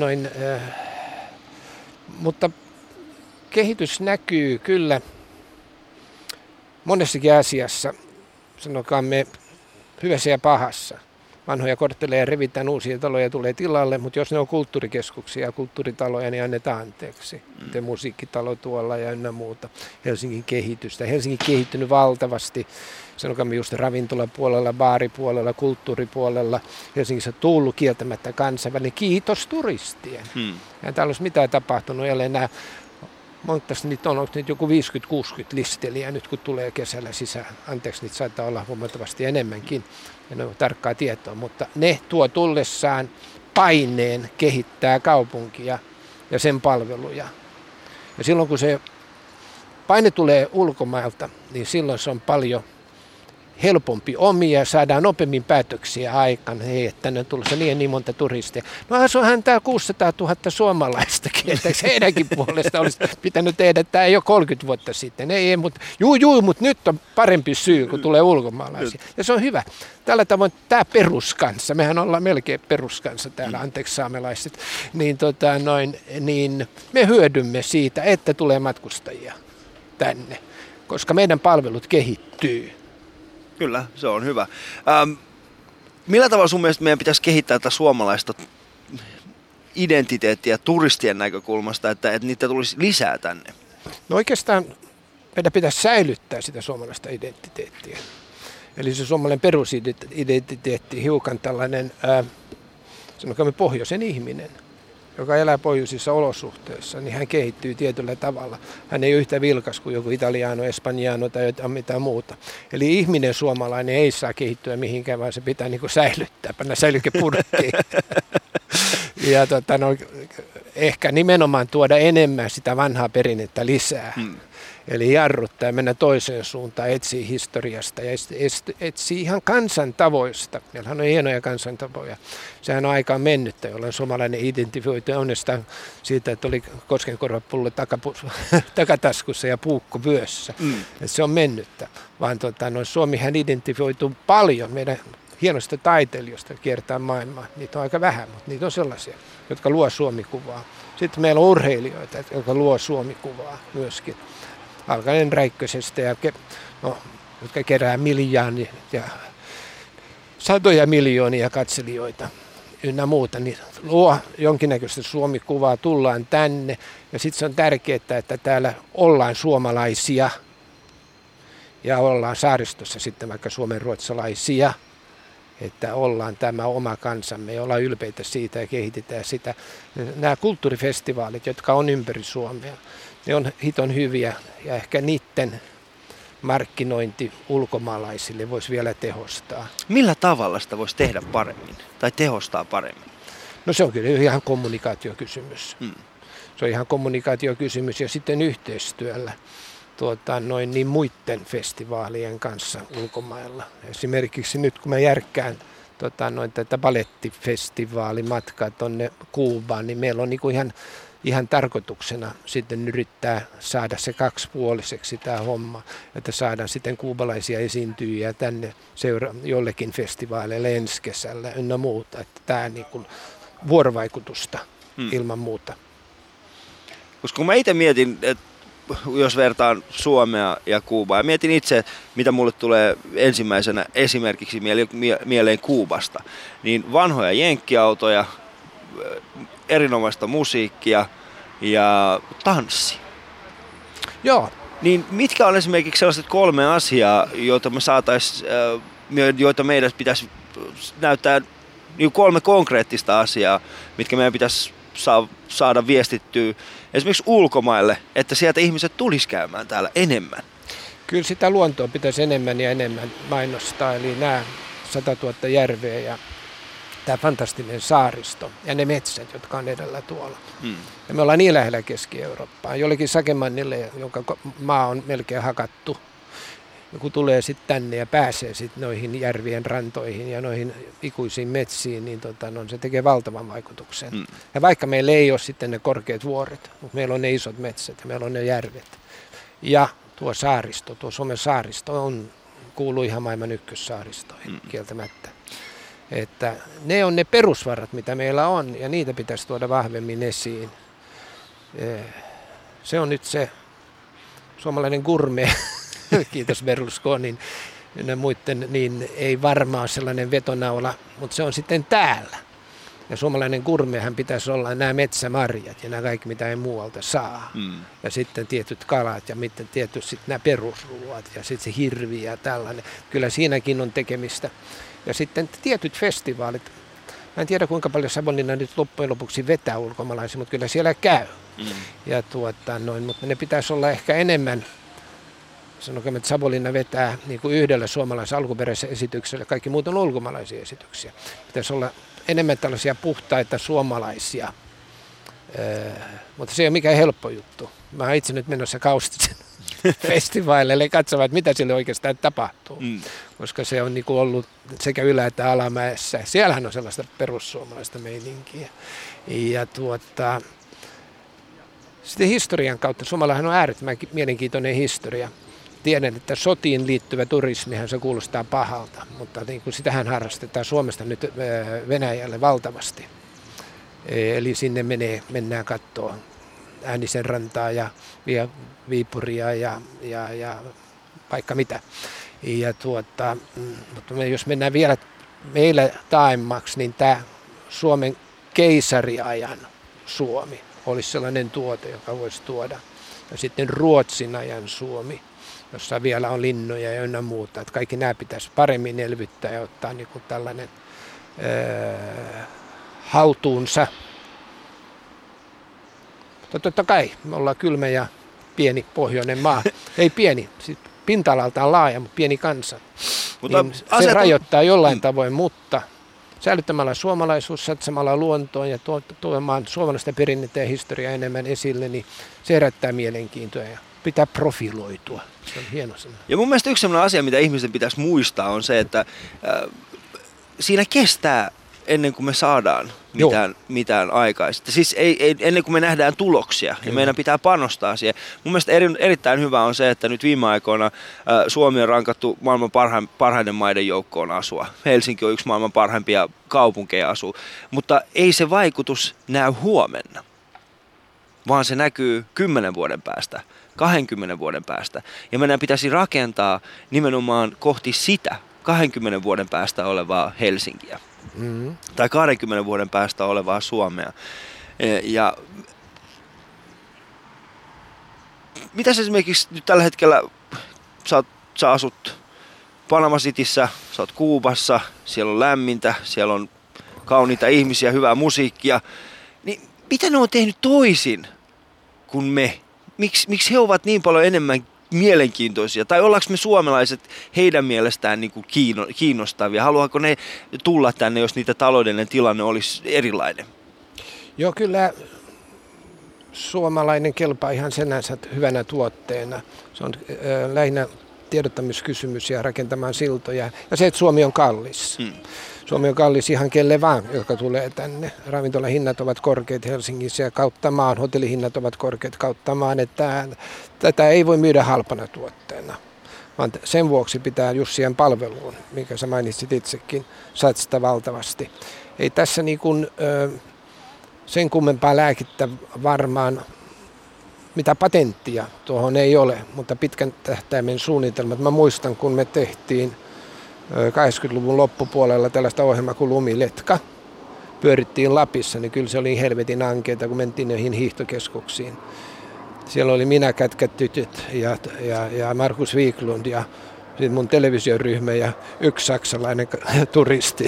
mutta kehitys näkyy kyllä monessakin asiassa, sanokaamme hyvässä ja pahassa. Vanhoja kortteleja revitään, uusia taloja tulee tilalle, mutta jos ne on kulttuurikeskuksia ja kulttuuritaloja, niin annetaan anteeksi. Kuten musiikkitalo tuolla ja ynnä muuta. Helsingin kehitystä. Helsingin kehittynyt valtavasti, sanokaamme just ravintolapuolella, baaripuolella, kulttuuripuolella. Helsingissä on tullut kieltämättä kansainvälinen. Kiitos turistien. Ja täällä olisi mitään tapahtunut, ellei nämä, montas niitä on nyt joku 50-60 listeliä nyt kun tulee kesällä sisään. Anteeksi, niitä saattaa olla huomattavasti enemmänkin. En ole tarkkaa tietoa, mutta ne tuo tullessaan paineen kehittää kaupunkia ja sen palveluja. Ja silloin kun se paine tulee ulkomailta, niin silloin se on paljon helpompi omia ja saadaan nopeammin päätöksiä aikaan, hei, että tänne on tulossa niin monta turistia. No asuuhan täällä 600 000 suomalaistakin, että heidänkin puolesta olisi pitänyt tehdä, tämä ei ole 30 vuotta sitten. Ei, mutta mutta nyt on parempi syy, kun tulee ulkomaalaisia. Ja se on hyvä. Tällä tavoin tämä peruskansa, mehän ollaan melkein peruskansa täällä, anteeksi saamelaiset, niin me hyödymme siitä, että tulee matkustajia tänne, koska meidän palvelut kehittyy. Kyllä, se on hyvä. Millä tavalla sun mielestä meidän pitäisi kehittää tätä suomalaista identiteettiä turistien näkökulmasta, että niitä tulisi lisää tänne? No oikeastaan meidän pitäisi säilyttää sitä suomalaista identiteettiä. Eli se suomalainen perusidentiteetti, hiukan tällainen, sanotaan me pohjoisen ihminen, joka elää pohjoisissa olosuhteissa, niin hän kehittyy tietyllä tavalla. Hän ei ole yhtä vilkas kuin joku italiano, espanjano tai mitään muuta. Eli ihminen suomalainen ei saa kehittyä mihinkään, vaan se pitää niin kuin säilyttää, panna säilykepurkkiin. Ja ehkä nimenomaan tuoda enemmän sitä vanhaa perinnettä lisää. Eli jarruttaa ja mennä toiseen suuntaan, etsii historiasta ja etsii ihan kansantavoista. Meillähän on hienoja kansantavoja. Sehän on aikaan mennyttä, jolloin suomalainen identifioitu onnestaan siitä, että oli koskenkorvapullo takataskussa ja puukko vyössä. Se on mennyttä. Vaan Suomihan identifioituu paljon meidän hienosta taiteilijoista kiertää maailmaa. Niitä on aika vähän, mutta niitä on sellaisia, jotka luo Suomi-kuvaa. Sitten meillä on urheilijoita, jotka luo Suomi-kuvaa myöskin. Alkaen Räikkösestä, jotka kerää miljoonia ja satoja miljoonia katselijoita ynnä muuta, niin luo jonkinnäköistä Suomi-kuvaa, tullaan tänne ja sitten se on tärkeää, että täällä ollaan suomalaisia ja ollaan saaristossa sitten vaikka suomenruotsalaisia, että ollaan tämä oma kansamme ja ollaan ylpeitä siitä ja kehitetään sitä. Nämä kulttuurifestivaalit, jotka on ympäri Suomea, ne on hiton hyviä ja ehkä niiden markkinointi ulkomaalaisille voisi vielä tehostaa. Millä tavalla sitä voisi tehdä paremmin tai tehostaa paremmin? No se on kyllä ihan kommunikaatiokysymys. Se on ihan kommunikaatiokysymys ja sitten yhteistyöllä niin muiden festivaalien kanssa ulkomailla. Esimerkiksi nyt kun mä järkkään tätä balettifestivaalimatkaa tuonne Kuubaan, niin meillä on niinku ihan tarkoituksena sitten yrittää saada se kaksipuoliseksi tämä homma, että saadaan sitten kuubalaisia esiintyjiä tänne jollekin festivaaleille ensi kesällä ynnä muuta, että tämä niinku vuorovaikutusta ilman muuta. Koska kun mä itse mietin, että jos vertaan Suomea ja Kuubaa, ja mietin itse, mitä mulle tulee ensimmäisenä esimerkiksi mieleen Kuubasta, niin vanhoja jenkkiautoja, erinomaista musiikkia ja tanssi. Joo. Niin mitkä on esimerkiksi sellaiset 3 asiaa, joita meidän pitäisi näyttää, niin 3 konkreettista asiaa, mitkä meidän pitäisi saada viestittyä esimerkiksi ulkomaille, että sieltä ihmiset tulisi käymään täällä enemmän? Kyllä sitä luontoa pitäisi enemmän ja enemmän mainostaa, eli nämä 100 000 järveä ja tämä fantastinen saaristo ja ne metsät, jotka on edellä tuolla. Ja me ollaan niin lähellä Keski-Eurooppaa. Jollekin Sakemannille, jonka maa on melkein hakattu, kun tulee sitten tänne ja pääsee sitten noihin järvien rantoihin ja noihin ikuisiin metsiin, niin se tekee valtavan vaikutuksen. Ja vaikka meillä ei ole sitten ne korkeat vuoret, mutta meillä on ne isot metsät ja meillä on ne järvet. Ja tuo saaristo, tuo Suomen saaristo kuuluu ihan maailman ykkössaaristoihin kieltämättä. Että ne on ne perusvarat, mitä meillä on, ja niitä pitäisi tuoda vahvemmin esiin. Se on nyt se suomalainen gourmet, kiitos Berlusconin ja muiden, niin ei varmaan sellainen vetonaula, mutta se on sitten täällä. Ja suomalainen gourmethän pitäisi olla nämä metsämarjat ja nämä kaikki, mitä ei muualta saa. Ja sitten tietyt kalat ja tietyt sitten nämä perusruuat ja sitten se hirvi ja tällainen. Kyllä siinäkin on tekemistä. Ja sitten tietyt festivaalit. Mä en tiedä kuinka paljon Savonlinna nyt loppujen lopuksi vetää ulkomaalaisia, mutta kyllä siellä käy. Ja mutta ne pitäisi olla ehkä enemmän, sanotaan, että Savonlinna vetää niin kuin yhdellä suomalaisella alkuperäisellä esityksellä, kaikki muut on ulkomaalaisia esityksiä. Pitäisi olla enemmän tällaisia puhtaita suomalaisia, mutta se ei ole mikään helppo juttu. Mä oon itse nyt menossa Kaustisen festivaaleille katsomaan, että mitä sille oikeastaan tapahtuu. Koska se on niin kuin ollut sekä ylä- että alamäessä. Siellähän on sellaista perussuomalaista meininkiä. Ja sitten historian kautta. Suomallahan on äärettömän mielenkiintoinen historia. Tiedän, että sotiin liittyvä turismihan se kuulostaa pahalta, mutta niin kuin sitähän harrastetaan Suomesta nyt Venäjälle valtavasti. Eli sinne mennään katsoa Äänisen rantaa ja Viipuria ja vaikka mitä. Ja mutta jos mennään vielä meillä taaemmaksi, niin tämä Suomen keisariajan Suomi olisi sellainen tuote, joka voisi tuoda. Ja sitten Ruotsin ajan Suomi, jossa vielä on linnoja ja ynnä muuta. Että kaikki nämä pitäisi paremmin elvyttää ja ottaa niin kuin tällainen haltuunsa. Mutta totta kai me ollaan kylmä ja pieni pohjoinen maa. Ei pieni, pinta-alaltaan laaja, mutta pieni kansa. Mutta niin se rajoittaa jollain tavoin, mutta säilyttämällä suomalaisuus, satsamalla luontoon ja tuomaan suomalaista perinnettä ja historiaa enemmän esille, niin se herättää mielenkiintoa ja pitää profiloitua. Se on hieno sana. Ja mun mielestä yksi sellainen asia, mitä ihmisten pitäisi muistaa, on se, että siinä kestää ennen kuin me saadaan mitään aikaista. Siis ei, ennen kuin me nähdään tuloksia, ja meidän pitää panostaa siihen. Mun mielestä erittäin hyvä on se, että nyt viime aikoina Suomi on rankattu maailman parhaiden maiden joukkoon asua. Helsinki on yksi maailman parhaimpia kaupunkeja asua. Mutta ei se vaikutus näy huomenna, vaan se näkyy 10 vuoden päästä, 20 vuoden päästä. Ja meidän pitäisi rakentaa nimenomaan kohti sitä 20 vuoden päästä olevaa Helsinkiä. Tai 20 vuoden päästä olevaa Suomea. Ja mitäs esimerkiksi nyt tällä hetkellä, sä asut Panama Cityssä, sä oot Kuubassa, siellä on lämmintä, siellä on kauniita ihmisiä, hyvää musiikkia, niin mitä ne on tehnyt toisin kuin me? Miksi he ovat niin paljon enemmän mielenkiintoisia? Tai ollaanko me suomalaiset heidän mielestään niin kuin kiinnostavia? Haluaako ne tulla tänne, jos niitä taloudellinen tilanne olisi erilainen? Joo, kyllä suomalainen kelpaa ihan senänsä hyvänä tuotteena. Se on lähinnä tiedottamiskysymys ja rakentamaan siltoja. Ja se, että Suomi on kallis. Suomi on kallis ihan kelle vaan, joka tulee tänne. Ravintolahinnat ovat korkeat Helsingissä ja kautta maan, hotellihinnat ovat korkeat kautta maan. Että tätä ei voi myydä halpana tuotteena, vaan sen vuoksi pitää just siihen palveluun, minkä sä mainitsit itsekin, satsata valtavasti. Ei tässä niin kuin, sen kummempaa lääkittä varmaan, mitä patenttia tuohon ei ole, mutta pitkän tähtäimen suunnitelmat. Mä muistan, kun me tehtiin 80-luvun loppupuolella tällaista ohjelmaa kuin Lumiletka. Pyörittiin Lapissa, niin kyllä se oli helvetin ankeita, kun mentiin noihin hiihtokeskuksiin. Siellä oli minä, Kätkät tytöt ja Markus Wiklund ja sitten mun televisioryhmä ja yksi saksalainen turisti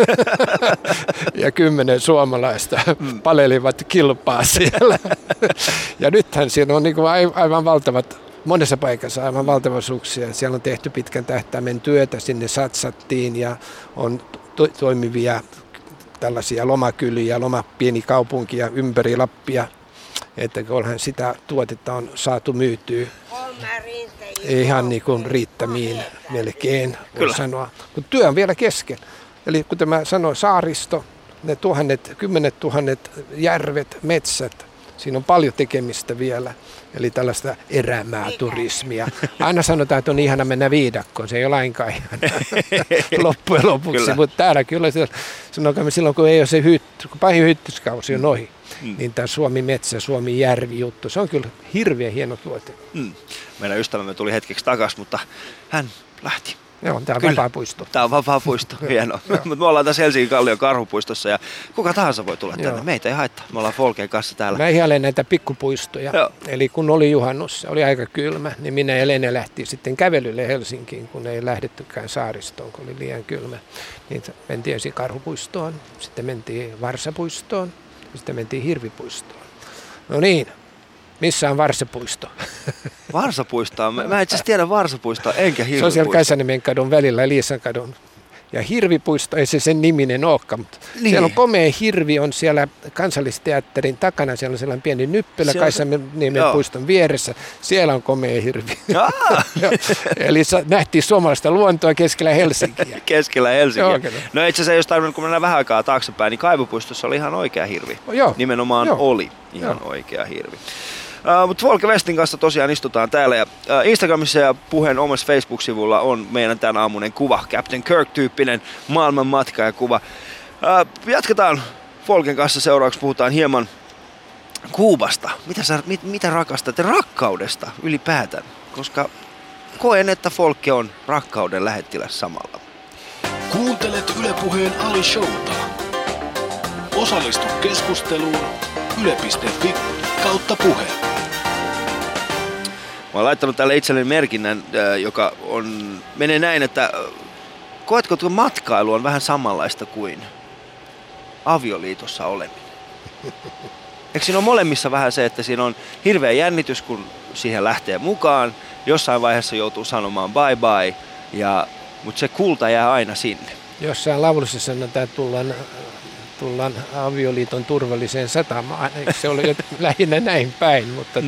ja 10 suomalaista palelivat kilpaa siellä. Ja nythän siinä on niinku aivan valtavat, monessa paikassa aivan valtavaisuuksia. Siellä on tehty pitkän tähtäimen työtä, sinne satsattiin ja on toimivia tällaisia lomakyliä, pieni kaupunkia ympäri Lappia. Että onhan sitä tuotetta on saatu myytyä ihan niin kuin riittämiin melkein, voi sanoa. Mutta työ on vielä kesken. Eli kuten mä sanoin, saaristo, ne 10 000 järvet, metsät, siinä on paljon tekemistä vielä. Eli tällaista erämää turismia. Aina sanotaan, että on ihana mennä viidakkoon, se ei ole lainkaan ihana loppujen lopuksi. Mutta täällä kyllä, sanotaan silloin kun ei ole se kun pahin hyttyskausi on ohi, niin tämä Suomi-metsä, Suomi-järvi-juttu, se on kyllä hirveän hieno tuote. Meidän ystävämme tuli hetkeksi takaisin, mutta hän lähti. Joo, tämä on vapaa-puisto. Tämä on vapaa-puisto, hienoa. Mutta me ollaan tässä Helsingin Kallion Karhupuistossa ja kuka tahansa voi tulla tänne. Meitä ei haittaa, me ollaan Folken kanssa täällä. Mä ihailen näitä pikkupuistoja. Joo. Eli kun oli juhannus, oli aika kylmä, niin minä ja Lene lähti sitten kävelylle Helsinkiin, kun ei lähdettykään saaristoon, kun oli liian kylmä. Niin mentiin ensin Karhupuistoon, sitten mentiin Varsapuistoon ja sitten mentiin Hirvipuistoon. No niin. Missä on Varsapuisto? Varsapuistoa? Mä itse asiassa tiedän Varsapuistoa, enkä Hirvipuistoa. Se on siellä Kasaniemen kadun välillä, Liisan kadun Ja hirvipuisto, ei se sen niminen olekaan, mutta Niin. siellä on komea hirvi, on siellä Kansallisteatterin takana, siellä on sellainen pieni nyppylä Kaisaniemen puiston vieressä, siellä on komea hirvi. Eli nähtiin suomalaista luontoa keskellä Helsinkiä. Keskellä Helsinkiä. Joo, kyllä. No itse asiassa jostain, kun mennään vähän aikaa taaksepäin, niin Kaivopuistossa oli ihan oikea hirvi. Joo. Nimenomaan Joo. oli ihan oikea hirvi. Mutta Folke Westin kanssa tosiaan istutaan täällä ja Instagramissa ja Puheen omassa Facebook-sivulla on meidän tämän aamunen kuva, Captain Kirk-tyyppinen maailmanmatkaajakuva. Jatketaan Folken kanssa seuraavaksi, puhutaan hieman Kuubasta. Mitä rakastat rakkaudesta ylipäätään, koska koen, että Folke on rakkauden lähettiläs samalla. Kuuntelet Yle Puheen Ali Showta. Osallistu keskusteluun yle.fi/puhe. Mä oon laittanut tälle itselleni merkinnän, joka menee näin, että koetko, että matkailu on vähän samanlaista kuin avioliitossa oleminen? Eikö siinä ole molemmissa vähän se, että siinä on hirveä jännitys, kun siihen lähtee mukaan, jossain vaiheessa joutuu sanomaan bye bye, mutta se kulta jää aina sinne. Jossain laulussa sanotaan, että tullaan avioliiton turvalliseen satamaan. Eikö se ole lähinnä näin päin, mutta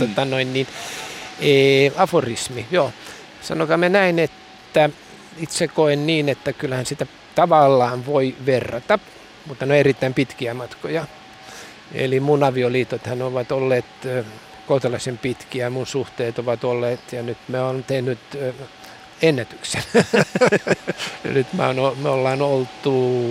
aforismi, joo. Sanokaamme näin, että itse koen niin, että kyllähän sitä tavallaan voi verrata, mutta ne on erittäin pitkiä matkoja. Eli mun avioliitothan ovat olleet kohtalaisen pitkiä, mun suhteet ovat olleet, ja nyt me on tehnyt ennätyksen. Nyt me ollaan oltu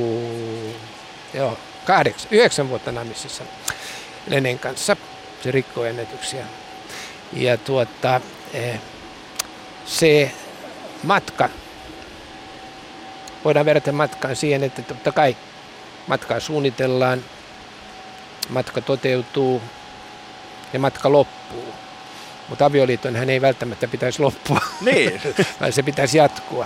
9 vuotta naimisissa Lenen kanssa. Se rikkoo ennätyksiä. Ja se matka, voidaan verrata matkaan siihen, että totta kai matkaa suunnitellaan, matka toteutuu ja matka loppuu. Mutta avioliitonhan ei välttämättä pitäisi loppua, Niin. vaan se pitäisi jatkua.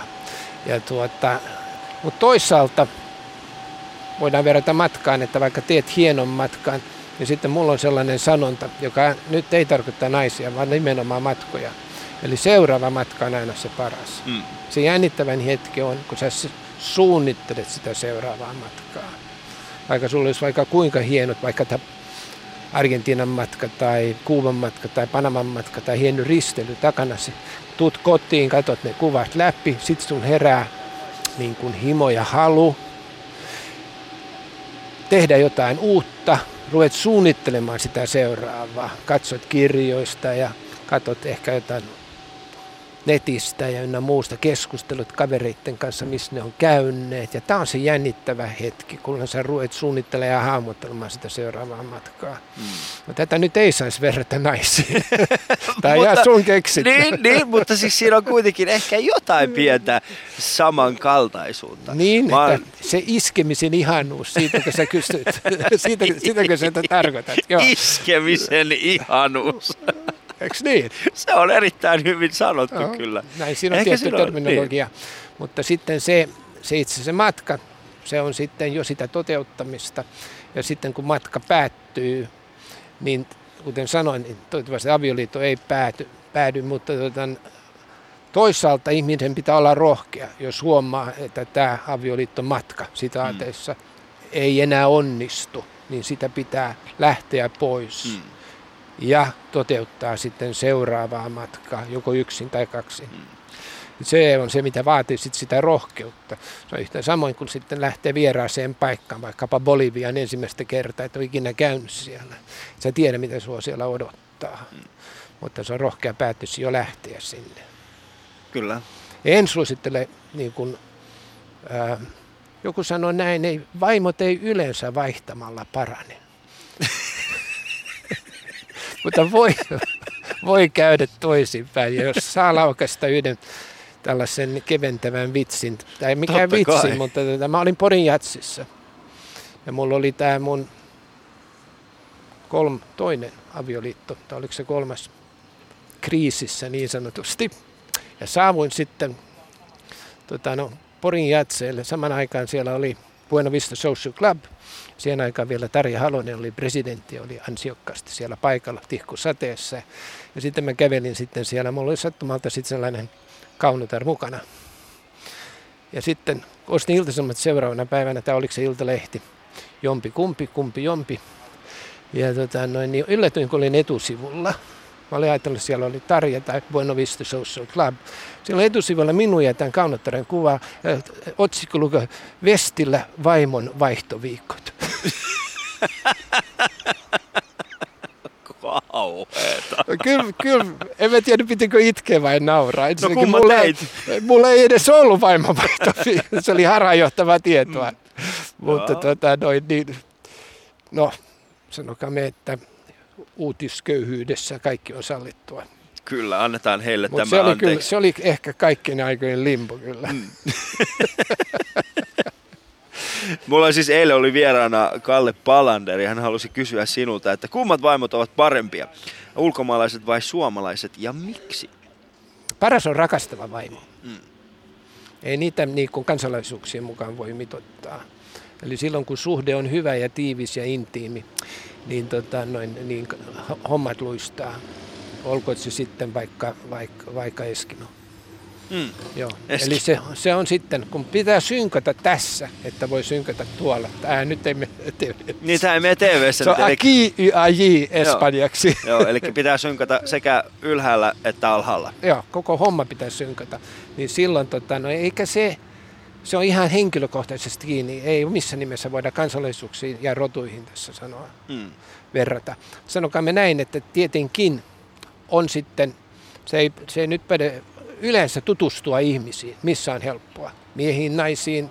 Mutta toisaalta voidaan verrata matkaan, että vaikka teet hienon matkan, niin sitten mulla on sellainen sanonta, joka nyt ei tarkoita naisia, vaan nimenomaan matkoja. Eli seuraava matka on aina se paras. Se jännittävän hetki on, kun sä suunnittelet sitä seuraavaa matkaa. Vaikka sulla olisi vaikka kuinka hienot, vaikka Argentiinan matka tai Kuuban matka tai Panaman matka tai hieno ristely takanasi. Tuut kotiin, katot ne kuvat läpi, sit sun herää niin kuin himo ja halu tehdä jotain uutta, ruvet suunnittelemaan sitä seuraavaa. Katsot kirjoista ja katsot ehkä jotain netistä ja ynnä muusta, keskustelut kavereiden kanssa, missä ne on käyneet. Ja tämä on se jännittävä hetki, kun sä ruvet suunnittelemaan ja hahmottelemaan sitä seuraavaa matkaa. No, tätä nyt ei saisi verrata naisiin. Tai jää sun keksit. Niin, mutta siis siinä on kuitenkin ehkä jotain pientä samankaltaisuutta. Niin, että se iskemisen ihanuus, siitäkö sä kysyt, siitäkö sä tarkoitat? Joo. Iskemisen ihanuus. Eikö niin? Se on erittäin hyvin sanottu kyllä. Näin, siinä on tietty terminologia. Niin. Mutta sitten se itse se matka, se on sitten jo sitä toteuttamista. Ja sitten kun matka päättyy, niin kuten sanoin, niin toivottavasti avioliitto ei päädy, mutta toisaalta ihmisen pitää olla rohkea, jos huomaa, että tämä avioliittomatka sitaateissa ei enää onnistu, niin sitä pitää lähteä pois. Ja toteuttaa sitten seuraavaa matkaa, joko yksin tai kaksin. Se on se, mitä vaatii sitä rohkeutta. Se on yhtä samoin kuin sitten lähtee vieraaseen paikkaan, vaikkapa Boliviaan ensimmäistä kertaa, että on ikinä käynyt siellä. Sä tiedä, mitä sua siellä odottaa, mutta se on rohkea päätös jo lähteä sinne. Kyllä. En suosittele, niin kuin joku sanoi näin, vaimot ei yleensä vaihtamalla parane. Mutta voi käydä toisinpäin. Ja jos saa laukaista yhden tällaisen keventävän vitsin, tai mikä vitsi, mutta mä olin Porin Jatsissa. Ja mulla oli tämä mun toinen avioliitto, tai oliko se kolmas, kriisissä niin sanotusti. Ja saavuin sitten Porin Jatseille. Saman aikaan siellä oli Buena Vista Social Club. Siihen aikaan vielä Tarja Halonen oli presidentti ja oli ansiokkaasti siellä paikalla tihkusateessa. Ja sitten mä kävelin sitten siellä. Mulla oli sattumalta sitten sellainen kaunotar mukana. Ja sitten ostin Ilta-Sanomat seuraavana päivänä, tai oliko se Iltalehti, jompi kumpi. Ja niin yllätyin, kun olin etusivulla. Mä olin ajatellut, että siellä oli Tarja tai Buena Vista Social Club. Siellä on etusivulla minun ja tämän kaunottaren kuva. Otsikko lukee Vestillä vaimon vaihtoviikot. Kauheeta. Kyllä, en mä tiedä, pitikö itkeä vai nauraa. No kumma teit? Mulla ei edes ollut vaimon vaihtoviikot. Se oli harhaanjohtavaa tietoa. Mutta sanokaamme, että uutisköyhyydessä kaikki on sallittua. Kyllä, annetaan heille Mut tämä anteeksi. Se oli ehkä kaikkien aikojen limbo kyllä. Mulla siis eilen oli vieraana Kalle Palander ja hän halusi kysyä sinulta, että kummat vaimot ovat parempia, ulkomaalaiset vai suomalaiset ja miksi? Paras on rakastava vaimo. Ei niitä niin kuin kansalaisuuksien mukaan voi mitoittaa. Eli silloin kun suhde on hyvä ja tiivis ja intiimi, niin, niin hommat luistaa. Olkoon se sitten vaikka Eskimo. Joo. Eli se on sitten, kun pitää synkätä tässä, että voi synkätä tuolla. Nyt ei mene TV. Niin, tämä ei mene TV:ssä. Se on aquí y allí espanjaksi. Joo, eli pitää synkätä sekä ylhäällä että alhaalla. Joo, koko homma pitää synkätä. Niin silloin, eikä se on ihan henkilökohtaisesti kiinni. Ei missään nimessä voida kansalaisuuksiin ja rotuihin tässä sanoa, verrata. Sanokaamme näin, että tietenkin on sitten, se ei nyt päde yleensä tutustua ihmisiin, missä on helppoa. Miehiin, naisiin,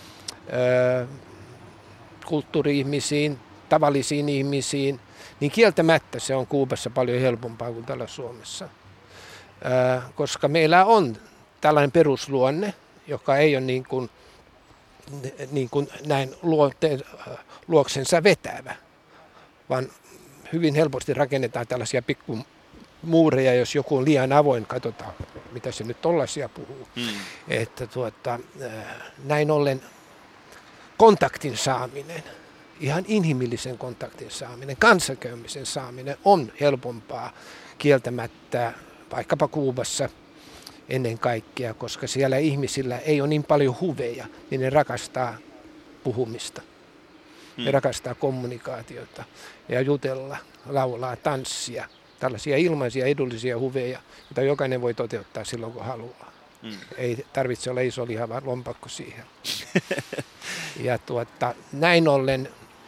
kulttuuri-ihmisiin, tavallisiin ihmisiin. Niin kieltämättä se on Kuubassa paljon helpompaa kuin täällä Suomessa. Koska meillä on tällainen perusluonne, joka ei ole niin kuin näin luoksensa vetävä, vaan hyvin helposti rakennetaan tällaisia pikkumuureja, jos joku on liian avoin, katsotaan mitä se nyt tollaisia puhuu. Että näin ollen kontaktin saaminen, ihan inhimillisen kontaktin saaminen, kanssakäymisen saaminen on helpompaa kieltämättä vaikkapa Kuubassa ennen kaikkea, koska siellä ihmisillä ei ole niin paljon huveja, niin ne rakastaa puhumista. Ne rakastaa kommunikaatiota ja jutella, laulaa, tanssia, tällaisia ilmaisia edullisia huveja, joita jokainen voi toteuttaa silloin, kun haluaa. Ei tarvitse olla iso lihava lompakko siihen. Ja näin ollen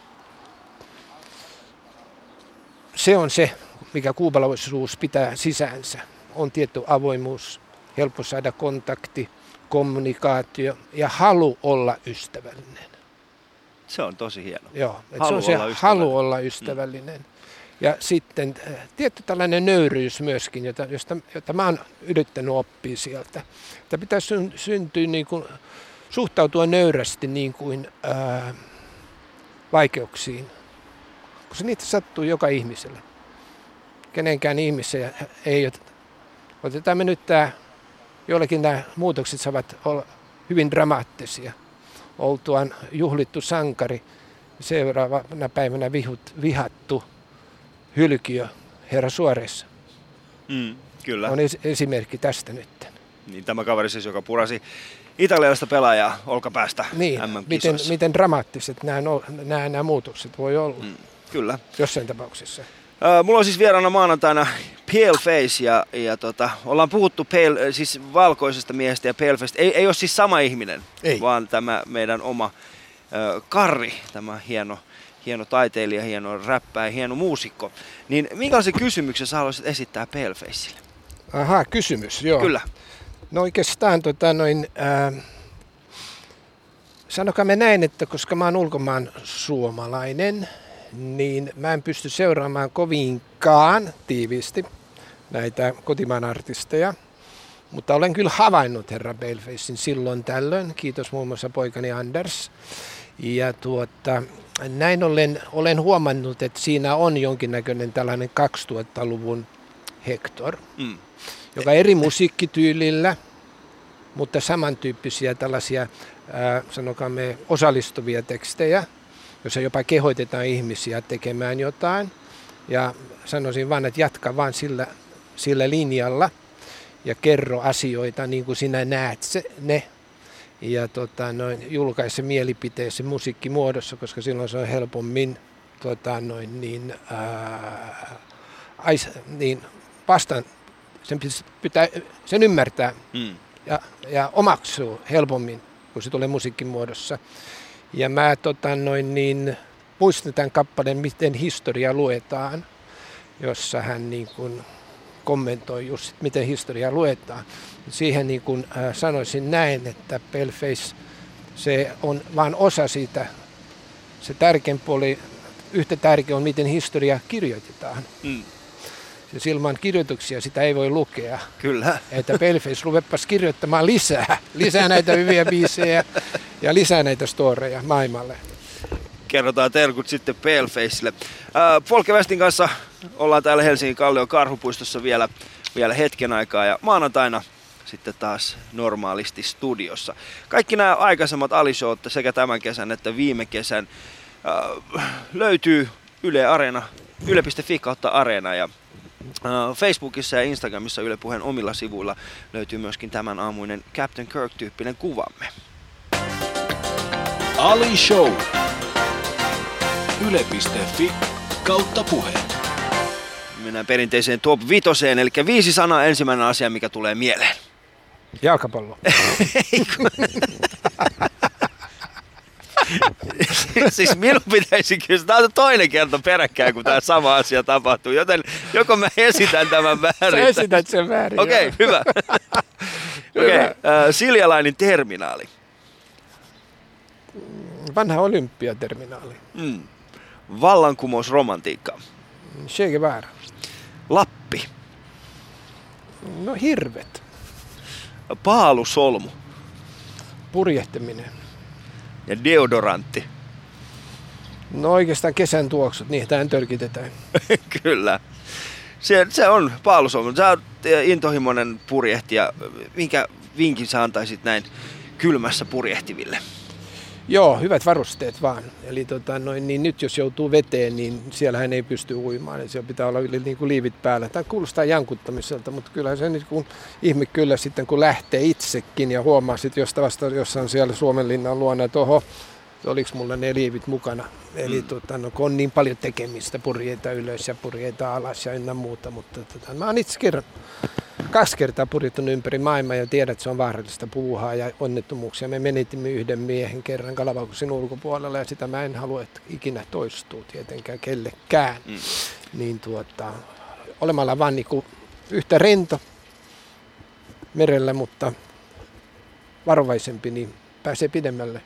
se on se, mikä kuubalaisuus pitää sisäänsä. On tietty avoimuus, helppo saada kontakti, kommunikaatio ja halu olla ystävällinen. Se on tosi hieno. Joo, se on se halu olla ystävällinen. Ja sitten tietty tällainen nöyryys myöskin, jota mä oon yrittänyt oppia sieltä. Että pitäisi syntyä niin kuin, suhtautua nöyrästi niin kuin, vaikeuksiin, koska niitä sattuu joka ihmiselle. Kenenkään ihmisellä ei ole. Otetaan me nyt joillekin nämä muutokset saavat olla hyvin dramaattisia. Oltuaan juhlittu sankari, seuraavana päivänä vihattu hylkiö herra Suárez. Kyllä. On esimerkki tästä nyt. Niin, tämä kaveri siis, joka purasi italialaista pelaajaa olkapäästä MM-kisoissa. Miten dramaattiset nämä muutokset voi olla. Kyllä. Jossain tapauksessa. Mulla on siis vieraana maanantaina Paleface ja ollaan puhuttu siis valkoisesta miehestä ja Paleface. Ei ole siis sama ihminen, vaan tämä meidän oma Karri, tämä hieno taiteilija, hieno räppäjä, hieno muusikko. Niin minkälaisen kysymyksen sä haluaisit esittää Palefacelle? Aha, kysymys, joo. Kyllä. No oikeastaan sanokaamme näin, että koska mä oon ulkomaan suomalainen, niin mä en pysty seuraamaan kovinkaan tiiviisti näitä kotimaan artisteja. Mutta olen kyllä havainnut herra Palefacein silloin tällöin, kiitos muun muassa poikani Anders. Ja näin ollen olen huomannut, että siinä on jonkinnäköinen tällainen 2000-luvun Hector, joka eri musiikkityylillä, mutta samantyyppisiä tällaisia, sanokaamme, osallistuvia tekstejä, jossa jopa kehoitetaan ihmisiä tekemään jotain. Ja sanoisin vaan, että jatka vaan sillä linjalla ja kerro asioita niin kuin sinä näet ne. ja julkaise mielipiteensä musiikkimuodossa, koska silloin se on helpommin vastaan, sen ymmärtää ja omaksuu helpommin, kun se tulee musiikkimuodossa. Ja mä muistan tämän kappaleen, miten historia luetaan, jossa hän niin kuin kommentoi just, miten historiaa luetaan. Siihen niin kuin, sanoisin näin, että Paleface, se on vain osa siitä. Se tärkein puoli, yhtä tärkeä on, miten historia kirjoitetaan. Siis ilman kirjoituksia sitä ei voi lukea. Kyllä. Että Paleface ruvepas kirjoittamaan lisää näitä hyviä biisejä ja lisää näitä storeja maailmalle. Kerrotaan terkut sitten Palefacelle. Folke Westin kanssa ollaan täällä Helsingin Kallion Karhupuistossa vielä hetken aikaa ja maanantaina sitten taas normaalisti studiossa. Kaikki nämä aikaisemmat Ali-showt sekä tämän kesän että viime kesän löytyy yle.fi/areena ja Facebookissa ja Instagramissa Yle Puheen omilla sivuilla löytyy myöskin tämän aamuinen Captain Kirk-tyyppinen kuvamme. Ali Show. Yle.fi/puheet. Mennään perinteiseen top 5, eli 5 sanaa ensimmäinen asia, mikä tulee mieleen. Jalkapallo. Siis minun pitäisi kyllä, tämä on toinen kerta peräkkäin, kun tämä sama asia tapahtuu, joten joko mä esitän tämän väärin. Sä esität sen väärin. Okei, hyvä. Okei, Siljalainen terminaali. Vanha olympiaterminaali. Vallankumousromantiikka. Che Guevara. Lappi. No hirvet. Paalusolmu. Purjehtiminen. Ja deodorantti. No oikeastaan kesän tuoksut, niitähän törkitetään. Kyllä. Se on paalusolmu. Sä oot intohimoinen purjehtija. Minkä vinkin sä antaisit näin kylmässä purjehtiville? Joo, hyvät varusteet vaan. Eli niin nyt jos joutuu veteen, niin siellähän ei pysty uimaan. Eli siellä pitää olla niin kuin liivit päällä. Tämä kuulostaa jankuttamiselta, mutta kyllähän se niin kuin ihme kyllä sitten, kun lähtee itsekin ja huomaa sitten jossain siellä Suomenlinnan luona, että oliko mulla ne liivit mukana. Eli kun on niin paljon tekemistä, purjeita ylös ja purjeita alas ja ynnä muuta. Mutta mä oon itse 2 kertaa purjettunut ympäri maailmaa ja tiedän, että se on vaarallista puuhaa ja onnettomuuksia. Me menetimme yhden miehen kerran Kalavauksen ulkopuolella ja sitä mä en halua, että ikinä toistuu tietenkään kellekään. Niin olemalla vaan niin yhtä rento merellä, mutta varovaisempi, niin pääsee pidemmälle.